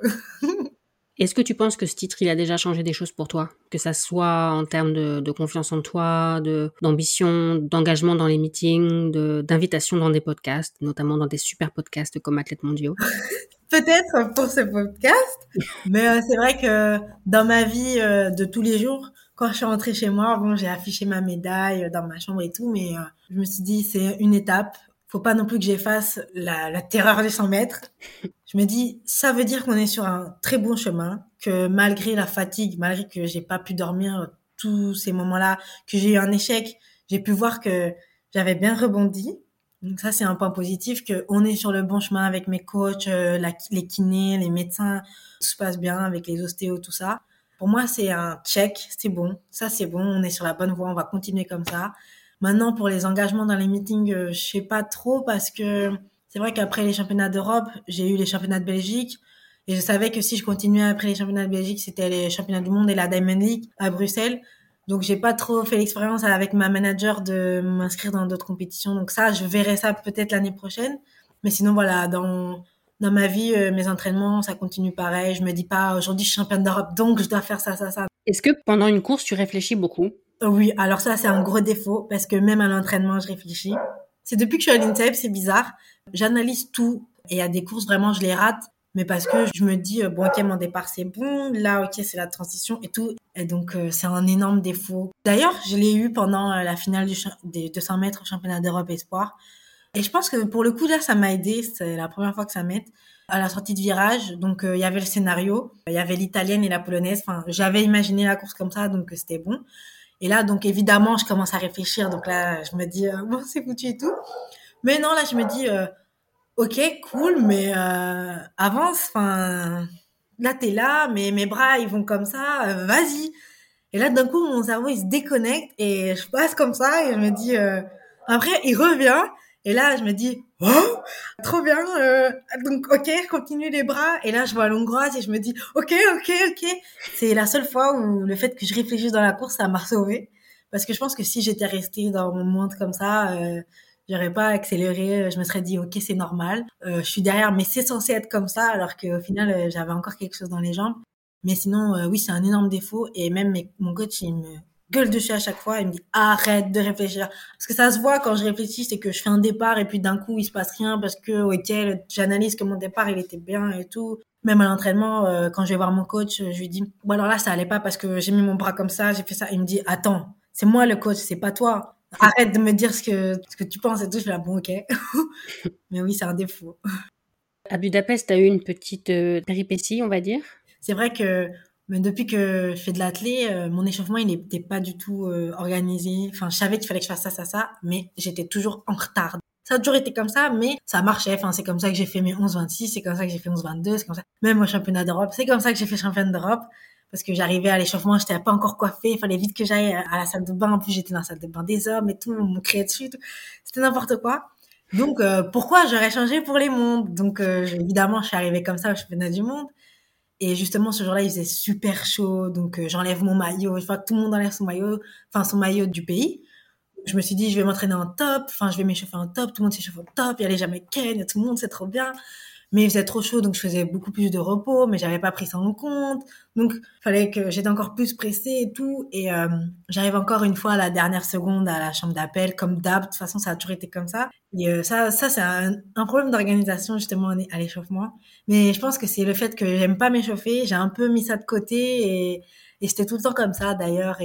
Est-ce que tu penses que ce titre, il a déjà changé des choses pour toi? Que ça soit en termes de confiance en toi, d'ambition, d'engagement dans les meetings, d'invitation dans des podcasts, notamment dans des super podcasts comme Athlètes Mondiaux? Peut-être pour ce podcast, mais c'est vrai que dans ma vie de tous les jours, quand je suis rentrée chez moi, bon, j'ai affiché ma médaille dans ma chambre et tout, mais je me suis dit c'est une étape. Faut pas non plus que j'efface la terreur des 100 mètres. Je me dis ça veut dire qu'on est sur un très bon chemin, que malgré la fatigue, malgré que j'ai pas pu dormir tous ces moments-là, que j'ai eu un échec, j'ai pu voir que j'avais bien rebondi. Donc ça, c'est un point positif, que on est sur le bon chemin avec mes coachs, les kinés, les médecins, tout se passe bien avec les ostéos, tout ça. Pour moi, c'est un check, c'est bon. Ça, c'est bon, on est sur la bonne voie, on va continuer comme ça. Maintenant, pour les engagements dans les meetings, je sais pas trop parce que c'est vrai qu'après les championnats d'Europe, j'ai eu les championnats de Belgique et je savais que si je continuais après les championnats de Belgique, c'était les championnats du monde et la Diamond League à Bruxelles. Donc j'ai pas trop fait l'expérience avec ma manager de m'inscrire dans d'autres compétitions. Donc ça, je verrai ça peut-être l'année prochaine. Mais sinon voilà, dans ma vie, mes entraînements, ça continue pareil. Je me dis pas aujourd'hui je suis championne d'Europe, donc je dois faire ça, ça, ça. Est-ce que pendant une course, tu réfléchis beaucoup? Oui, alors ça c'est un gros défaut parce que même à l'entraînement, je réfléchis. C'est depuis que je suis à l'INSEP, c'est bizarre. J'analyse tout et il y a des courses vraiment je les rate, mais parce que je me dis bon ok mon départ c'est bon, là ok c'est la transition et tout. Et donc c'est un énorme défaut. D'ailleurs, je l'ai eu pendant la finale des 200 mètres au championnat d'Europe Espoir. Et je pense que pour le coup là ça m'a aidé, c'est la première fois que ça m'aide. À la sortie de virage, donc il y avait le scénario, il y avait l'italienne et la polonaise. Enfin, j'avais imaginé la course comme ça, donc c'était bon. Et là, donc évidemment, je commence à réfléchir. Donc là, je me dis bon, c'est foutu et tout. Mais non, là, je me dis ok, cool, mais avance. Enfin, là, t'es là, mais mes bras, ils vont comme ça. Vas-y. Et là, d'un coup, mon cerveau, il se déconnecte et je passe comme ça et je me dis après, il revient. Et là, je me dis oh, trop bien. Donc ok, je continue les bras. Et là, je vois l'hongroise et je me dis ok, ok, ok. C'est la seule fois où le fait que je réfléchisse dans la course, ça m'a sauvée. Parce que je pense que si j'étais restée dans mon monde comme ça, j'aurais pas accéléré. Je me serais dit ok, c'est normal. Je suis derrière, mais c'est censé être comme ça, alors qu'au final, j'avais encore quelque chose dans les jambes. Mais sinon, oui, c'est un énorme défaut. Et même mon coach, gueule dessus à chaque fois. Il me dit arrête de réfléchir, parce que ça se voit quand je réfléchis, c'est que je fais un départ et puis d'un coup il se passe rien parce que ok, j'analyse que mon départ il était bien et tout. Même à l'entraînement, quand je vais voir mon coach, je lui dis bon alors là ça allait pas parce que j'ai mis mon bras comme ça, j'ai fait ça. Il me dit attends, c'est moi le coach, c'est pas toi. Arrête de me dire ce que tu penses et tout. Je fais là bon ok, mais oui c'est un défaut. À Budapest, tu as eu une petite péripétie, on va dire. C'est vrai que mais depuis que je fais de l'athlé, mon échauffement, il n'était pas du tout organisé. Enfin, je savais qu'il fallait que je fasse ça, mais j'étais toujours en retard. Ça a toujours été comme ça, mais ça marchait. Enfin, c'est comme ça que j'ai fait mes 11-26, c'est comme ça que j'ai fait 11-22, c'est comme ça. Même au championnat d'Europe, c'est comme ça que j'ai fait championnat d'Europe. Parce que j'arrivais à l'échauffement, j'étais pas encore coiffée, il fallait vite que j'aille à la salle de bain. En plus, j'étais dans la salle de bain des hommes et tout, on me criait dessus, tout. C'était n'importe quoi. Donc, pourquoi j'aurais changé pour les mondes? Donc, évidemment, je suis arrivée comme ça au championnat du monde. Et justement, ce jour-là, il faisait super chaud, donc j'enlève mon maillot. Je vois que tout le monde enlève son maillot, enfin son maillot du pays. Je me suis dit, je vais m'entraîner en top, enfin je vais m'échauffer en top. Tout le monde s'échauffe en top. Il y a les Jamaïcaines, il y a tout le monde, c'est trop bien. Mais il faisait trop chaud, donc je faisais beaucoup plus de repos, mais j'avais pas pris ça en compte. Donc, fallait que j'étais encore plus pressée et tout. Et j'arrive encore une fois à la dernière seconde à la chambre d'appel, comme d'hab. De toute façon, ça a toujours été comme ça. Et ça c'est un problème d'organisation justement à l'échauffement. Mais je pense que c'est le fait que j'aime pas m'échauffer. J'ai un peu mis ça de côté et c'était tout le temps comme ça d'ailleurs.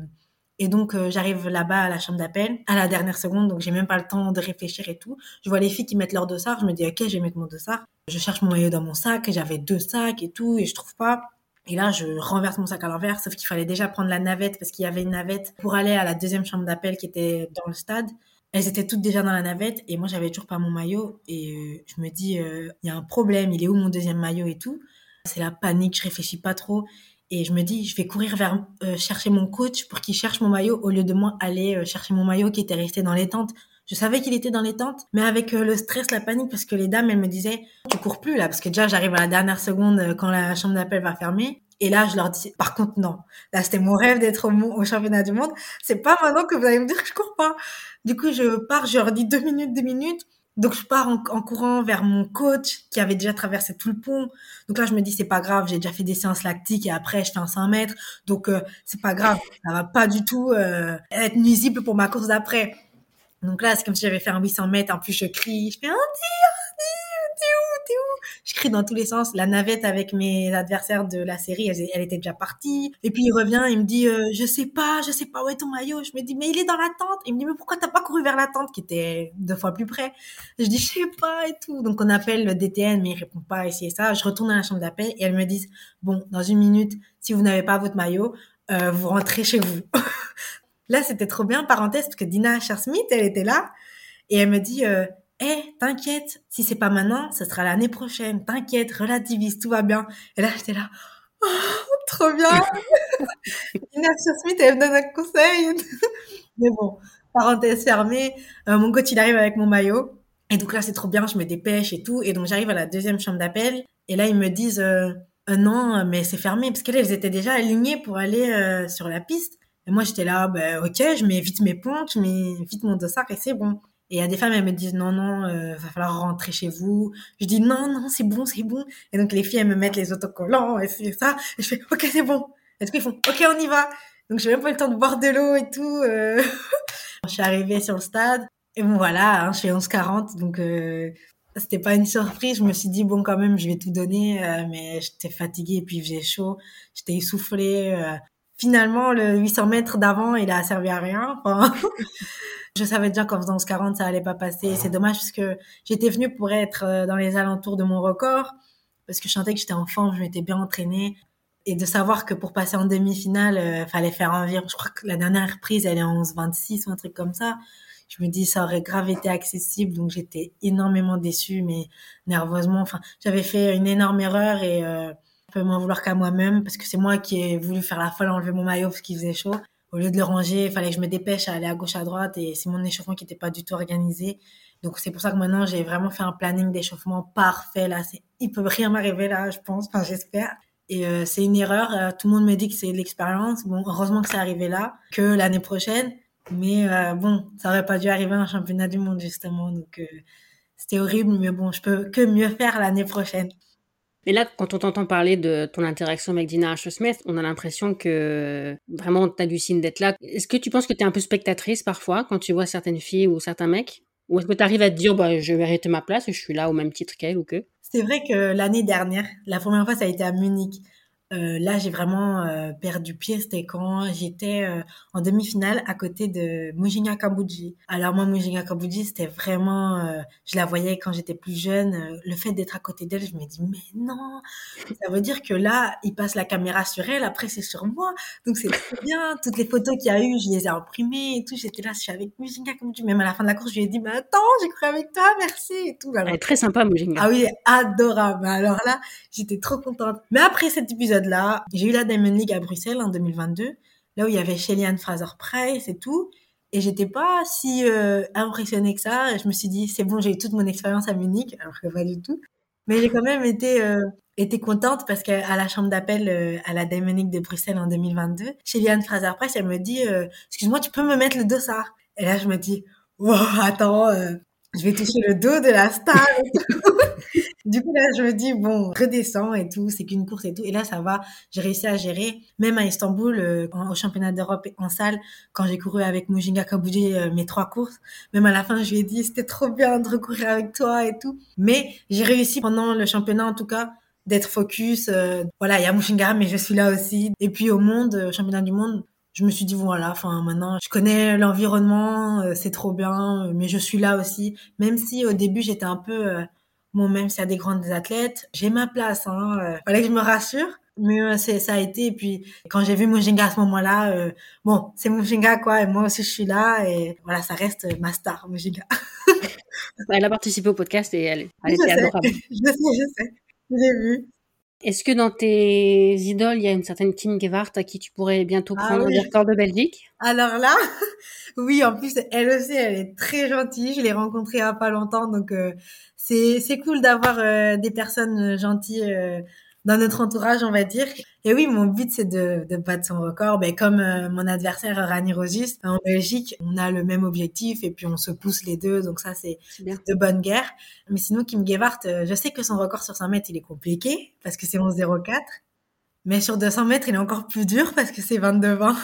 Et donc, j'arrive là-bas à la chambre d'appel, à la dernière seconde, donc j'ai même pas le temps de réfléchir et tout. Je vois les filles qui mettent leur dossard, je me dis, ok, je vais mettre mon dossard. Je cherche mon maillot dans mon sac, et j'avais 2 sacs et tout, et je trouve pas. Et là, je renverse mon sac à l'envers, sauf qu'il fallait déjà prendre la navette, parce qu'il y avait une navette pour aller à la deuxième chambre d'appel qui était dans le stade. Elles étaient toutes déjà dans la navette, et moi, j'avais toujours pas mon maillot, et je me dis, il y a un problème, il est où mon deuxième maillot et tout. C'est la panique, je réfléchis pas trop. Et je me dis, je vais courir vers chercher mon coach pour qu'il cherche mon maillot au lieu de moi aller chercher mon maillot qui était resté dans les tentes. Je savais qu'il était dans les tentes, mais avec le stress, la panique, parce que les dames, elles me disaient, tu cours plus là, parce que déjà j'arrive à la dernière seconde quand la chambre d'appel va fermer. Et là, je leur dis, par contre, non. Là, c'était mon rêve d'être au championnat du monde. C'est pas maintenant que vous allez me dire que je cours pas. Du coup, je pars, je leur dis 2 minutes, 2 minutes. Donc, je pars en courant vers mon coach qui avait déjà traversé tout le pont. Donc là, je me dis, c'est pas grave, j'ai déjà fait des séances lactiques et après, je fais un 100 mètres. Donc, c'est pas grave, ça va pas du tout être nuisible pour ma course d'après. Donc là, c'est comme si j'avais fait un 800 mètres. En plus, je crie, je fais un t'es où? Je crie dans tous les sens. La navette avec mes adversaires de la série, elle était déjà partie. Et puis il revient, il me dit, je sais pas où est ton maillot. Je me dis, mais il est dans la tente. Il me dit, mais pourquoi t'as pas couru vers la tente qui était 2 fois plus près? Je dis, je sais pas et tout. Donc on appelle le DTN, mais il répond pas ici et ça. Je retourne à la chambre d'appel et elles me disent, bon, dans 1 minute, si vous n'avez pas votre maillot, vous rentrez chez vous. Là, c'était trop bien, parenthèse, parce que Dina Asher-Smith, elle était là, et elle me dit, t'inquiète, si c'est pas maintenant, ce sera l'année prochaine. T'inquiète, relativise, tout va bien. Et là, j'étais là, oh, trop bien. Dina Asher-Smith, elle me donne un conseil. Mais bon, parenthèse fermée, mon coach, il arrive avec mon maillot. Et donc là, c'est trop bien, je me dépêche et tout. Et donc, j'arrive à la deuxième chambre d'appel. Et là, ils me disent, non, mais c'est fermé. Parce qu'elles étaient déjà alignées pour aller sur la piste. Et moi, j'étais là, ben, ok, je mets vite mes pompes, je mets vite mon dossard et c'est bon. Et il y a des femmes, elles me disent, non, non, va falloir rentrer chez vous. Je dis, non, non, c'est bon, c'est bon. Et donc, les filles, elles me mettent les autocollants et c'est ça. Et je fais, ok, c'est bon. Et du coup, ils font, ok, on y va. Donc, j'ai même pas eu le temps de boire de l'eau et tout. Je suis arrivée sur le stade. Et bon, voilà, hein, je fais 11h40. Donc, c'était pas une surprise. Je me suis dit, bon, quand même, je vais tout donner. Mais j'étais fatiguée et puis il faisait chaud. J'étais essoufflée. Finalement, le 800 mètres d'avant, il a servi à rien. Enfin, je savais déjà qu'en faisant 11h40, ça allait pas passer. C'est dommage parce que j'étais venue pour être dans les alentours de mon record. Parce que je sentais que j'étais en forme, je m'étais bien entraînée. Et de savoir que pour passer en demi-finale, fallait faire environ, je crois que la dernière reprise, elle est en 11-26 ou un truc comme ça. Je me dis, ça aurait grave été accessible. Donc, j'étais énormément déçue, mais nerveusement. Enfin, j'avais fait une énorme erreur et je peux m'en vouloir qu'à moi-même parce que c'est moi qui ai voulu faire la folle, enlever mon maillot parce qu'il faisait chaud. Au lieu de le ranger, il fallait que je me dépêche à aller à gauche, à droite et c'est mon échauffement qui était pas du tout organisé. Donc, c'est pour ça que maintenant, j'ai vraiment fait un planning d'échauffement parfait. Là, il peut rien m'arriver là, je pense. Enfin, j'espère. Et c'est une erreur. Tout le monde me dit que c'est de l'expérience. Bon, heureusement que c'est arrivé là, que l'année prochaine. Mais bon, ça aurait pas dû arriver à un championnat du monde justement. Donc c'était horrible, mais bon, je peux que mieux faire l'année prochaine. Et là, quand on t'entend parler de ton interaction avec Dina Asher-Smith, on a l'impression que vraiment t'hallucines d'être là. Est-ce que tu penses que t'es un peu spectatrice parfois quand tu vois certaines filles ou certains mecs? Ou est-ce que t'arrives à te dire, bah, je vais arrêter ma place et je suis là au même titre qu'elle ou que? C'est vrai que l'année dernière, la première fois, ça a été à Munich. Là, j'ai vraiment perdu pied. C'était quand j'étais en demi-finale à côté de Mujinga Kabuji. Alors moi, Mujinga Kabuji, c'était vraiment... je la voyais quand j'étais plus jeune. Le fait d'être à côté d'elle, je me dis, mais non, ça veut dire que là, il passe la caméra sur elle, après c'est sur moi. Donc c'est trop bien. Toutes les photos qu'il y a eu, je les ai imprimées et tout. J'étais là, je suis avec Mujinga Kabuji. Même à la fin de la course, je lui ai dit, mais attends, j'ai cru avec toi, merci et tout. Elle Alors, est très sympa, Mujinga. ah oui, adorable. Alors là, j'étais trop contente. Mais après cet épisode-là, j'ai eu la Diamond League à Bruxelles en 2022, là où il y avait Shelly-Ann Fraser-Price et tout. Et j'étais pas si impressionnée que ça. Je me suis dit, c'est bon, j'ai eu toute mon expérience à Munich, alors que pas du tout. Mais j'ai quand même été contente parce qu'à la chambre d'appel à la Diamond League de Bruxelles en 2022, Shelly-Ann Fraser-Price, elle me dit, excuse-moi, tu peux me mettre le dossard? Et là, je me dis, wow, attends, je vais toucher le dos de la star. Du coup, là, je me dis, bon, redescends et tout, c'est qu'une course et tout. Et là, ça va, j'ai réussi à gérer. Même à Istanbul, au championnat d'Europe en salle, quand j'ai couru avec Mujinga Kabuji mes 3 courses, même à la fin, je lui ai dit, c'était trop bien de recourir avec toi et tout. Mais j'ai réussi pendant le championnat, en tout cas, d'être focus. Voilà, il y a Mujinga, mais je suis là aussi. Et puis au monde, championnat du monde, je me suis dit, voilà, enfin, maintenant, je connais l'environnement, c'est trop bien, mais je suis là aussi. Même si au début, j'étais un peu... bon, même s'il y a des grandes athlètes, j'ai ma place, hein. Fallait que je me rassure. Mais ça a été. Et puis, quand j'ai vu Mujinga à ce moment-là, bon, c'est Mujinga, quoi. Et moi aussi, je suis là. Et voilà, ça reste ma star, Mujinga. Elle a participé au podcast et elle Je était sais, adorable. je sais. J'ai vu. Est-ce que dans tes idoles, il y a une certaine Kim Gewart à qui tu pourrais bientôt Ah prendre des oui. records de Belgique? Alors là, oui, en plus, elle aussi, elle est très gentille. Je l'ai rencontrée il y a pas longtemps, donc c'est cool d'avoir des personnes gentilles dans notre entourage, on va dire. Et oui, mon but, c'est de battre son record. Ben, comme mon adversaire Rani Rosys, en Belgique, on a le même objectif et puis on se pousse les deux, donc ça, c'est C'est bien. de bonne guerre. Mais sinon, Kim Gewart, je sais que son record sur 100 mètres, il est compliqué parce que c'est 11,04. Mais sur 200 mètres, il est encore plus dur parce que c'est 22,20.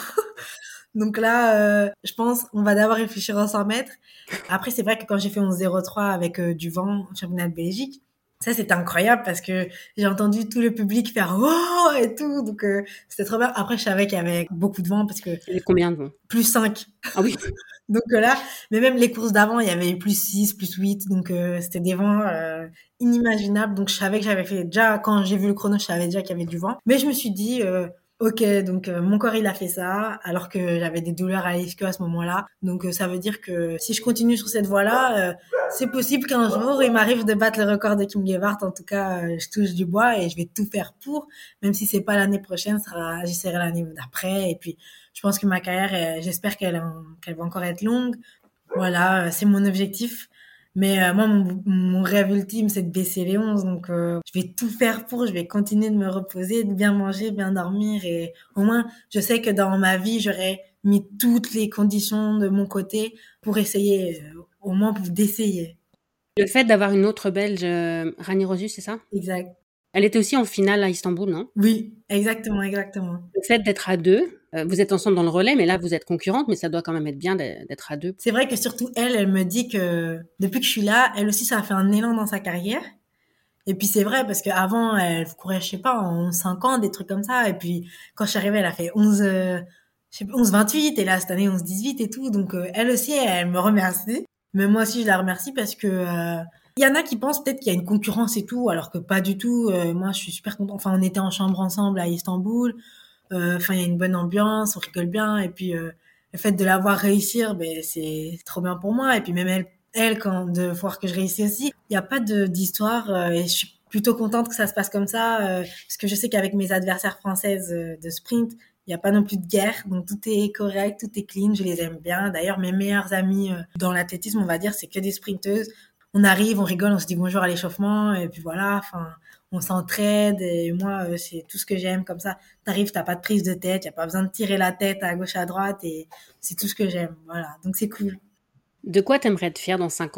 Donc là, je pense on va d'abord réfléchir aux 100 mètres. Après, c'est vrai que quand j'ai fait 11,03 avec du vent au championnat de Belgique, ça c'était incroyable parce que j'ai entendu tout le public faire «Oh!» et tout. Donc c'était trop bien. Après, je savais qu'il y avait beaucoup de vent parce que Il y avait combien de vent? plus 5. Ah oui. Donc là, mais même les courses d'avant, il y avait plus 6, plus 8. Donc c'était des vents inimaginables. Donc je savais que j'avais fait... Déjà, quand j'ai vu le chrono, je savais déjà qu'il y avait du vent. Mais je me suis dit... ok, donc mon corps il a fait ça, alors que j'avais des douleurs à l'ischio à ce moment-là. Donc ça veut dire que si je continue sur cette voie-là, c'est possible qu'un jour il m'arrive de battre le record de Kim Gewart. En tout cas, je touche du bois et je vais tout faire pour, même si c'est pas l'année prochaine, j'essaierai l'année d'après. Et puis je pense que ma carrière, j'espère qu'elle va encore être longue. Voilà, c'est mon objectif. Mais moi, mon rêve ultime, c'est de baisser les 11. Donc, je vais tout faire pour. Je vais continuer de me reposer, de bien manger, bien dormir. Et au moins, je sais que dans ma vie, j'aurais mis toutes les conditions de mon côté pour essayer, au moins pour d'essayer. Le fait d'avoir une autre Belge, Rani Rosys, c'est ça? Exact. Elle était aussi en finale à Istanbul, non? Oui, exactement, exactement. Le fait d'être à deux, vous êtes ensemble dans le relais, mais là, vous êtes concurrentes, mais ça doit quand même être bien d'être à deux. C'est vrai que surtout elle me dit que depuis que je suis là, elle aussi, ça a fait un élan dans sa carrière. Et puis c'est vrai parce qu'avant elle courait je sais pas en 5 ans des trucs comme ça et puis quand je suis arrivée elle a fait 11 je sais pas 11,28 et là cette année 11,18 et tout donc elle aussi elle me remercie mais moi aussi je la remercie parce que il y en a qui pensent peut-être qu'il y a une concurrence et tout alors que pas du tout. Moi je suis super contente, enfin on était en chambre ensemble à Istanbul, enfin il y a une bonne ambiance, on rigole bien et puis le fait de la voir réussir ben c'est trop bien pour moi et puis même elle, quand de voir que je réussis aussi. Il n'y a pas d'histoire et je suis plutôt contente que ça se passe comme ça parce que je sais qu'avec mes adversaires françaises de sprint, il n'y a pas non plus de guerre, donc tout est correct, tout est clean, je les aime bien. D'ailleurs, mes meilleures amies dans l'athlétisme, on va dire, c'est que des sprinteuses. On arrive, on rigole, on se dit bonjour à l'échauffement et puis voilà, enfin, on s'entraide et moi, c'est tout ce que j'aime comme ça. T'arrives, t'as pas de prise de tête, y a pas besoin de tirer la tête à gauche à droite et c'est tout ce que j'aime, voilà. Donc c'est cool. De quoi t'aimerais être fière dans 5 ans?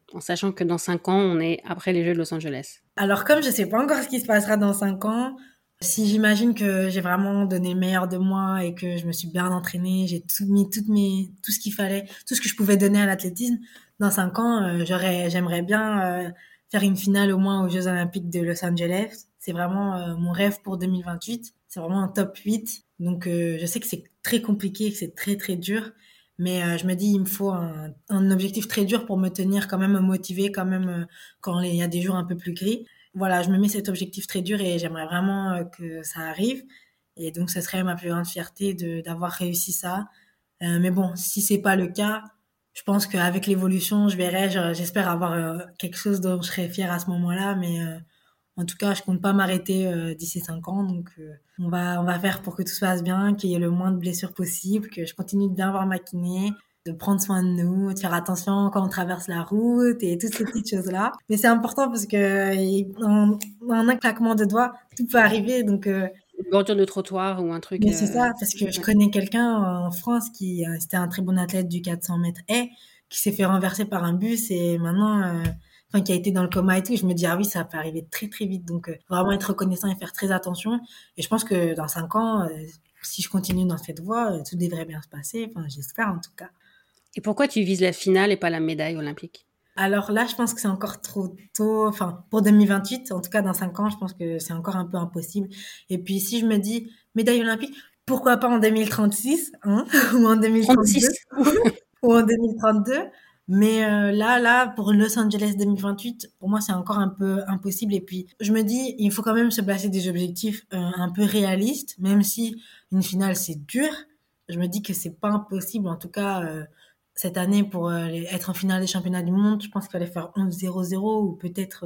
en sachant que dans 5 ans, on est après les Jeux de Los Angeles? Alors, comme je sais pas encore ce qui se passera dans 5 ans, si j'imagine que j'ai vraiment donné le meilleur de moi et que je me suis bien entraînée, j'ai tout mis, tout ce qu'il fallait, tout ce que je pouvais donner à l'athlétisme, dans 5 ans, j'aimerais bien faire une finale au moins aux Jeux Olympiques de Los Angeles. C'est vraiment mon rêve pour 2028. C'est vraiment un top 8. Donc, je sais que c'est très compliqué, que c'est très, très dur. Mais je me dis, il me faut un objectif très dur pour me tenir quand même motivée, quand même quand il y a des jours un peu plus gris. Voilà, je me mets cet objectif très dur et j'aimerais vraiment que ça arrive. Et donc, ce serait ma plus grande fierté d'avoir réussi ça. Mais bon, si c'est pas le cas, je pense qu'avec l'évolution, je verrai. J'espère avoir quelque chose dont je serai fière à ce moment-là. Mais en tout cas, je compte pas m'arrêter d'ici 5 ans. Donc, on va faire pour que tout se passe bien, qu'il y ait le moins de blessures possible, que je continue de bien voir ma kiné, de prendre soin de nous, de faire attention quand on traverse la route et toutes ces petites choses-là. Mais c'est important parce que en un claquement de doigts, tout peut arriver. Donc, Une bordure de trottoir ou un truc. mais c'est ça, parce que je Ouais. connais quelqu'un en France qui, c'était un très bon athlète du 400 mètres haies, qui s'est fait renverser par un bus et maintenant, enfin, qui a été dans le coma et tout. Je me dis, ah oui, ça peut arriver très, très vite. Donc, vraiment être reconnaissant et faire très attention. Et je pense que dans 5 ans, si je continue dans cette voie, tout devrait bien se passer. Enfin, j'espère en tout cas. Et pourquoi tu vises la finale et pas la médaille olympique? Alors là, je pense que c'est encore trop tôt. Enfin, pour 2028, en tout cas dans 5 ans, je pense que c'est encore un peu impossible. Et puis, si je me dis médaille olympique, pourquoi pas en 2036, hein, ou en 2032, 36. ou en 2032. Mais là, pour Los Angeles 2028, pour moi, c'est encore un peu impossible. Et puis, je me dis, il faut quand même se placer des objectifs un peu réalistes, même si une finale, c'est dur. Je me dis que c'est pas impossible. En tout cas, cette année, pour être en finale des championnats du monde, je pense qu'il fallait faire 11-0-0 ou peut-être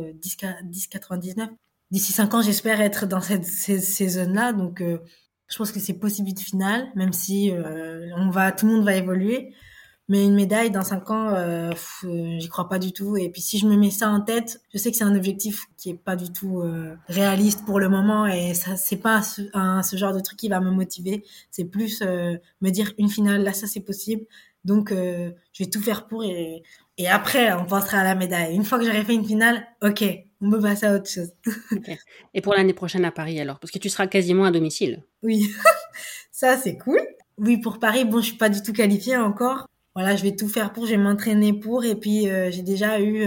10-99. D'ici 5 ans, j'espère être dans ces zones-là. Donc, je pense que c'est possible de finale, même si tout le monde va évoluer. Mais une médaille dans 5 ans, j'y crois pas du tout. Et puis si je me mets ça en tête, je sais que c'est un objectif qui est pas du tout réaliste pour le moment. Et ça, c'est pas ce genre de truc qui va me motiver. C'est plus me dire une finale, là ça c'est possible. Donc je vais tout faire pour et après on pensera à la médaille. Une fois que j'aurai fait une finale, ok, on peut passer à autre chose. Ok. Et pour l'année prochaine à Paris alors? Parce que tu seras quasiment à domicile. Oui, ça c'est cool. Oui, pour Paris, bon, je suis pas du tout qualifiée encore. Voilà, je vais tout faire pour, je vais m'entraîner pour. Et puis, j'ai déjà eu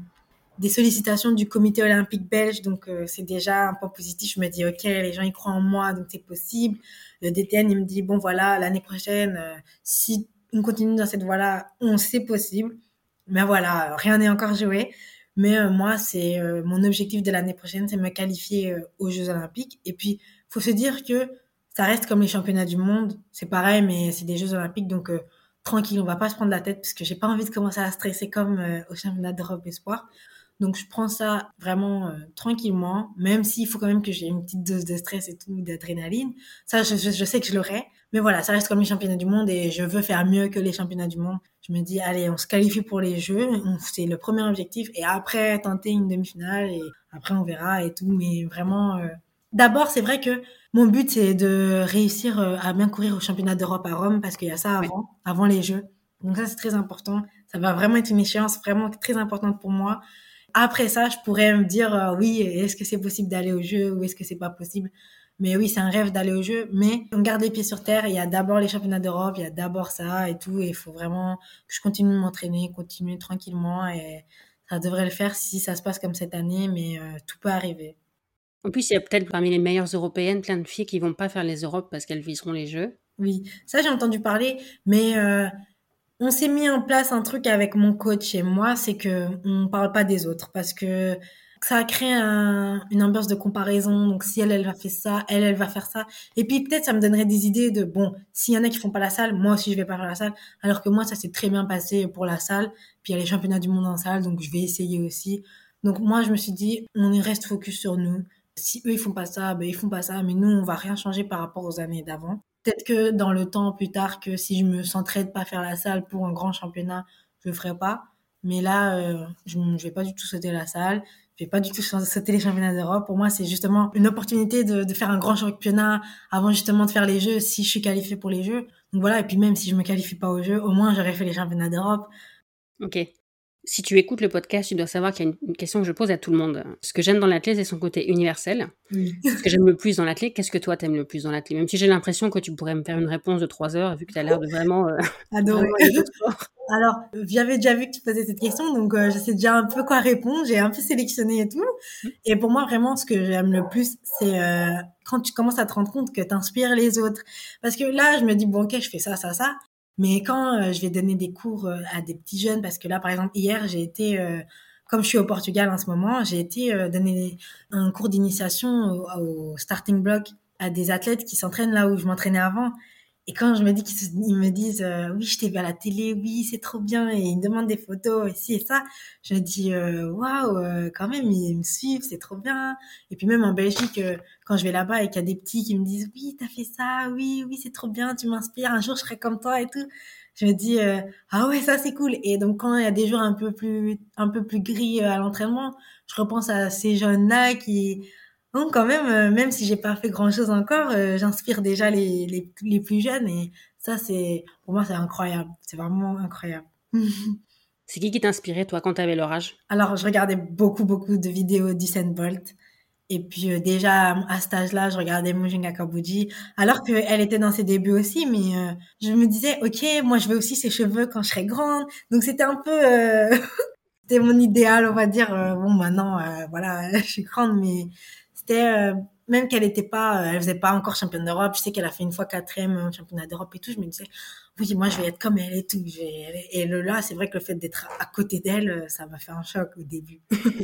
des sollicitations du comité olympique belge, donc c'est déjà un point positif. Je me dis, ok, les gens y croient en moi, donc c'est possible. Le DTN, il me dit, bon voilà, l'année prochaine, si on continue dans cette voie-là, on sait possible. Mais voilà, rien n'est encore joué. Mais moi, c'est mon objectif de l'année prochaine, c'est me qualifier aux Jeux Olympiques. Et puis, faut se dire que ça reste comme les championnats du monde. C'est pareil, mais c'est des Jeux Olympiques, donc tranquille, on va pas se prendre la tête parce que j'ai pas envie de commencer à stresser comme au championnat d'Europe Espoir. Donc je prends ça vraiment tranquillement, même s'il faut quand même que j'ai une petite dose de stress et tout, d'adrénaline. Ça, je sais que je l'aurai. Mais voilà, ça reste comme les championnats du monde et je veux faire mieux que les championnats du monde. Je me dis, allez, on se qualifie pour les Jeux, c'est le premier objectif. Et après, tenter une demi-finale et après, on verra et tout. Mais vraiment, d'abord, c'est vrai que mon but, c'est de réussir à bien courir au championnat d'Europe à Rome parce qu'il y a ça Ouais. avant les Jeux. Donc ça, c'est très important. Ça va vraiment être une échéance vraiment très importante pour moi. Après ça, je pourrais me dire, oui, est-ce que c'est possible d'aller au jeu ou est-ce que c'est pas possible? Mais oui, c'est un rêve d'aller au jeu, mais on garde les pieds sur terre. Il y a d'abord les championnats d'Europe, il y a d'abord ça et tout. Et il faut vraiment que je continue de m'entraîner, continuer tranquillement et ça devrait le faire si ça se passe comme cette année, mais tout peut arriver. En plus, il y a peut-être parmi les meilleures européennes plein de filles qui vont pas faire les Europes parce qu'elles viseront les Jeux. Oui, ça j'ai entendu parler, mais on s'est mis en place un truc avec mon coach et moi, c'est que on parle pas des autres parce que ça a créé une ambiance de comparaison. Donc si elle va faire ça, elle va faire ça. Et puis peut-être ça me donnerait des idées de bon, s'il y en a qui font pas la salle, moi aussi je vais pas faire la salle. Alors que moi ça s'est très bien passé pour la salle. Puis il y a les championnats du monde en salle, donc je vais essayer aussi. Donc moi je me suis dit, on y reste focus sur nous. Si eux ils font pas ça, ben ils font pas ça. Mais nous on va rien changer par rapport aux années d'avant. Peut-être que dans le temps plus tard, que si je me sentais de pas faire la salle pour un grand championnat, je le ferais pas. Mais là, je vais pas du tout sauter la salle. Je vais pas du tout sauter les championnats d'Europe. Pour moi, c'est justement une opportunité de faire un grand championnat avant justement de faire les Jeux si je suis qualifiée pour les Jeux. Donc voilà. Et puis même si je me qualifie pas aux Jeux, au moins j'aurais fait les championnats d'Europe. Ok. Si tu écoutes le podcast, tu dois savoir qu'il y a une question que je pose à tout le monde. Ce que j'aime dans l'athlète, c'est son côté universel. Ce que j'aime le plus dans l'athlète, qu'est-ce que toi t'aimes le plus dans l'athlète? Même si j'ai l'impression que tu pourrais me faire une réponse de 3 heures, vu que tu as l'air de vraiment Adoré. aimer le sport. Alors, j'avais déjà vu que tu posais cette question, donc je sais déjà un peu quoi répondre. J'ai un peu sélectionné et tout. Et pour moi, vraiment, ce que j'aime le plus, c'est quand tu commences à te rendre compte que tu inspires les autres. Parce que là, je me dis, bon, ok, je fais ça, ça, ça. Mais quand je vais donner des cours à des petits jeunes, parce que là, par exemple, hier, j'ai été, comme je suis au Portugal en ce moment, j'ai été donner un cours d'initiation au starting block à des athlètes qui s'entraînent là où je m'entraînais avant. Et quand je me dis qu'ils me disent oui, je t'ai vu à la télé, oui, c'est trop bien, et ils me demandent des photos, et ci et ça, je me dis waouh, quand même, ils me suivent, c'est trop bien. Et puis même en Belgique, quand je vais là-bas et qu'il y a des petits qui me disent oui, t'as fait ça, oui, oui, c'est trop bien, tu m'inspires, un jour je serai comme toi et tout. Je me dis ah ouais, ça c'est cool. Et donc quand il y a des jours un peu plus gris à l'entraînement, je repense à ces jeunes-là qui donc quand même, même si j'ai pas fait grand-chose encore, j'inspire déjà les plus jeunes et ça c'est pour moi c'est incroyable, c'est vraiment incroyable. C'est qui t'inspirait, toi, quand tu avais leur âge? Alors je regardais beaucoup de vidéos d'Usain Bolt et puis déjà à cet âge-là, je regardais Mujinga Kabuji alors qu'elle était dans ses débuts aussi, mais je me disais ok, moi je veux aussi ses cheveux quand je serai grande, donc c'était un peu c'était mon idéal, on va dire. Bon maintenant voilà, je suis grande, mais c'était même qu'elle était pas, elle faisait pas encore championne d'Europe. Je sais qu'elle a fait une fois 4e au championnat d'Europe et tout. Je me disais, oui, moi, je vais être comme elle et tout. Et là, c'est vrai que le fait d'être à côté d'elle, ça m'a fait un choc au début.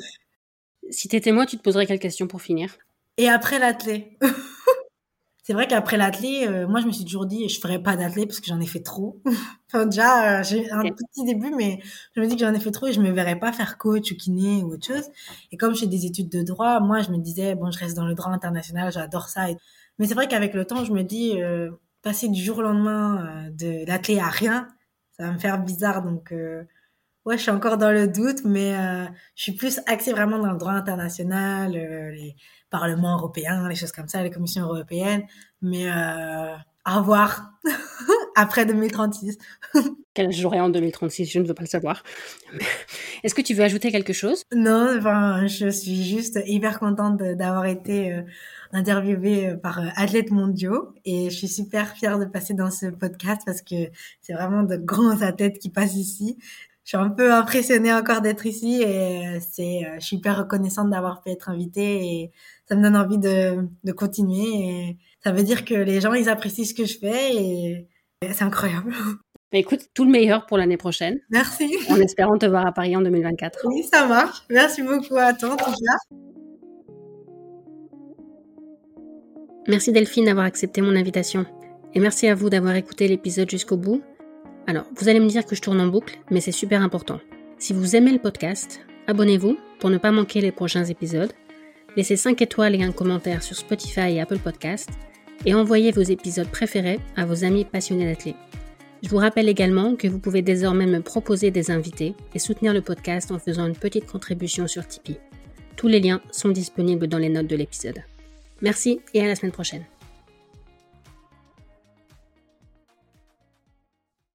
Si t'étais moi, tu te poserais quelle question pour finir? Et après l'athlé. C'est vrai qu'après l'athlé, moi, je me suis toujours dit, je ferais pas d'athlé parce que j'en ai fait trop. Enfin, déjà, j'ai un petit début, mais je me dis que j'en ai fait trop et je me verrais pas faire coach ou kiné ou autre chose. Et comme je fais des études de droit, moi, je me disais, bon, je reste dans le droit international, j'adore ça. Mais c'est vrai qu'avec le temps, je me dis, passer du jour au lendemain de l'athlé à rien, ça va me faire bizarre. Donc, ouais, je suis encore dans le doute, mais je suis plus axée vraiment dans le droit international, les parlements européens, les choses comme ça, les commissions européennes. Mais à voir après 2036. Quel âge j'aurai en 2036? Je ne veux pas le savoir. Est-ce que tu veux ajouter quelque chose? Non, enfin, je suis juste hyper contente d'avoir été interviewée par Athlètes Mondiaux et je suis super fière de passer dans ce podcast parce que c'est vraiment de grands athlètes qui passent ici. Je suis un peu impressionnée encore d'être ici et je suis hyper reconnaissante d'avoir pu être invitée et ça me donne envie de continuer et ça veut dire que les gens, ils apprécient ce que je fais et c'est incroyable. Bah, écoute, tout le meilleur pour l'année prochaine. Merci. En espérant te voir à Paris en 2024. Oui, ça marche. Merci beaucoup à toi, en tout cas. Merci Delphine d'avoir accepté mon invitation. Et merci à vous d'avoir écouté l'épisode jusqu'au bout. Alors, vous allez me dire que je tourne en boucle, mais c'est super important. Si vous aimez le podcast, abonnez-vous pour ne pas manquer les prochains épisodes. Laissez 5 étoiles et un commentaire sur Spotify et Apple Podcasts. Et envoyez vos épisodes préférés à vos amis passionnés d'athlètes. Je vous rappelle également que vous pouvez désormais me proposer des invités et soutenir le podcast en faisant une petite contribution sur Tipeee. Tous les liens sont disponibles dans les notes de l'épisode. Merci et à la semaine prochaine.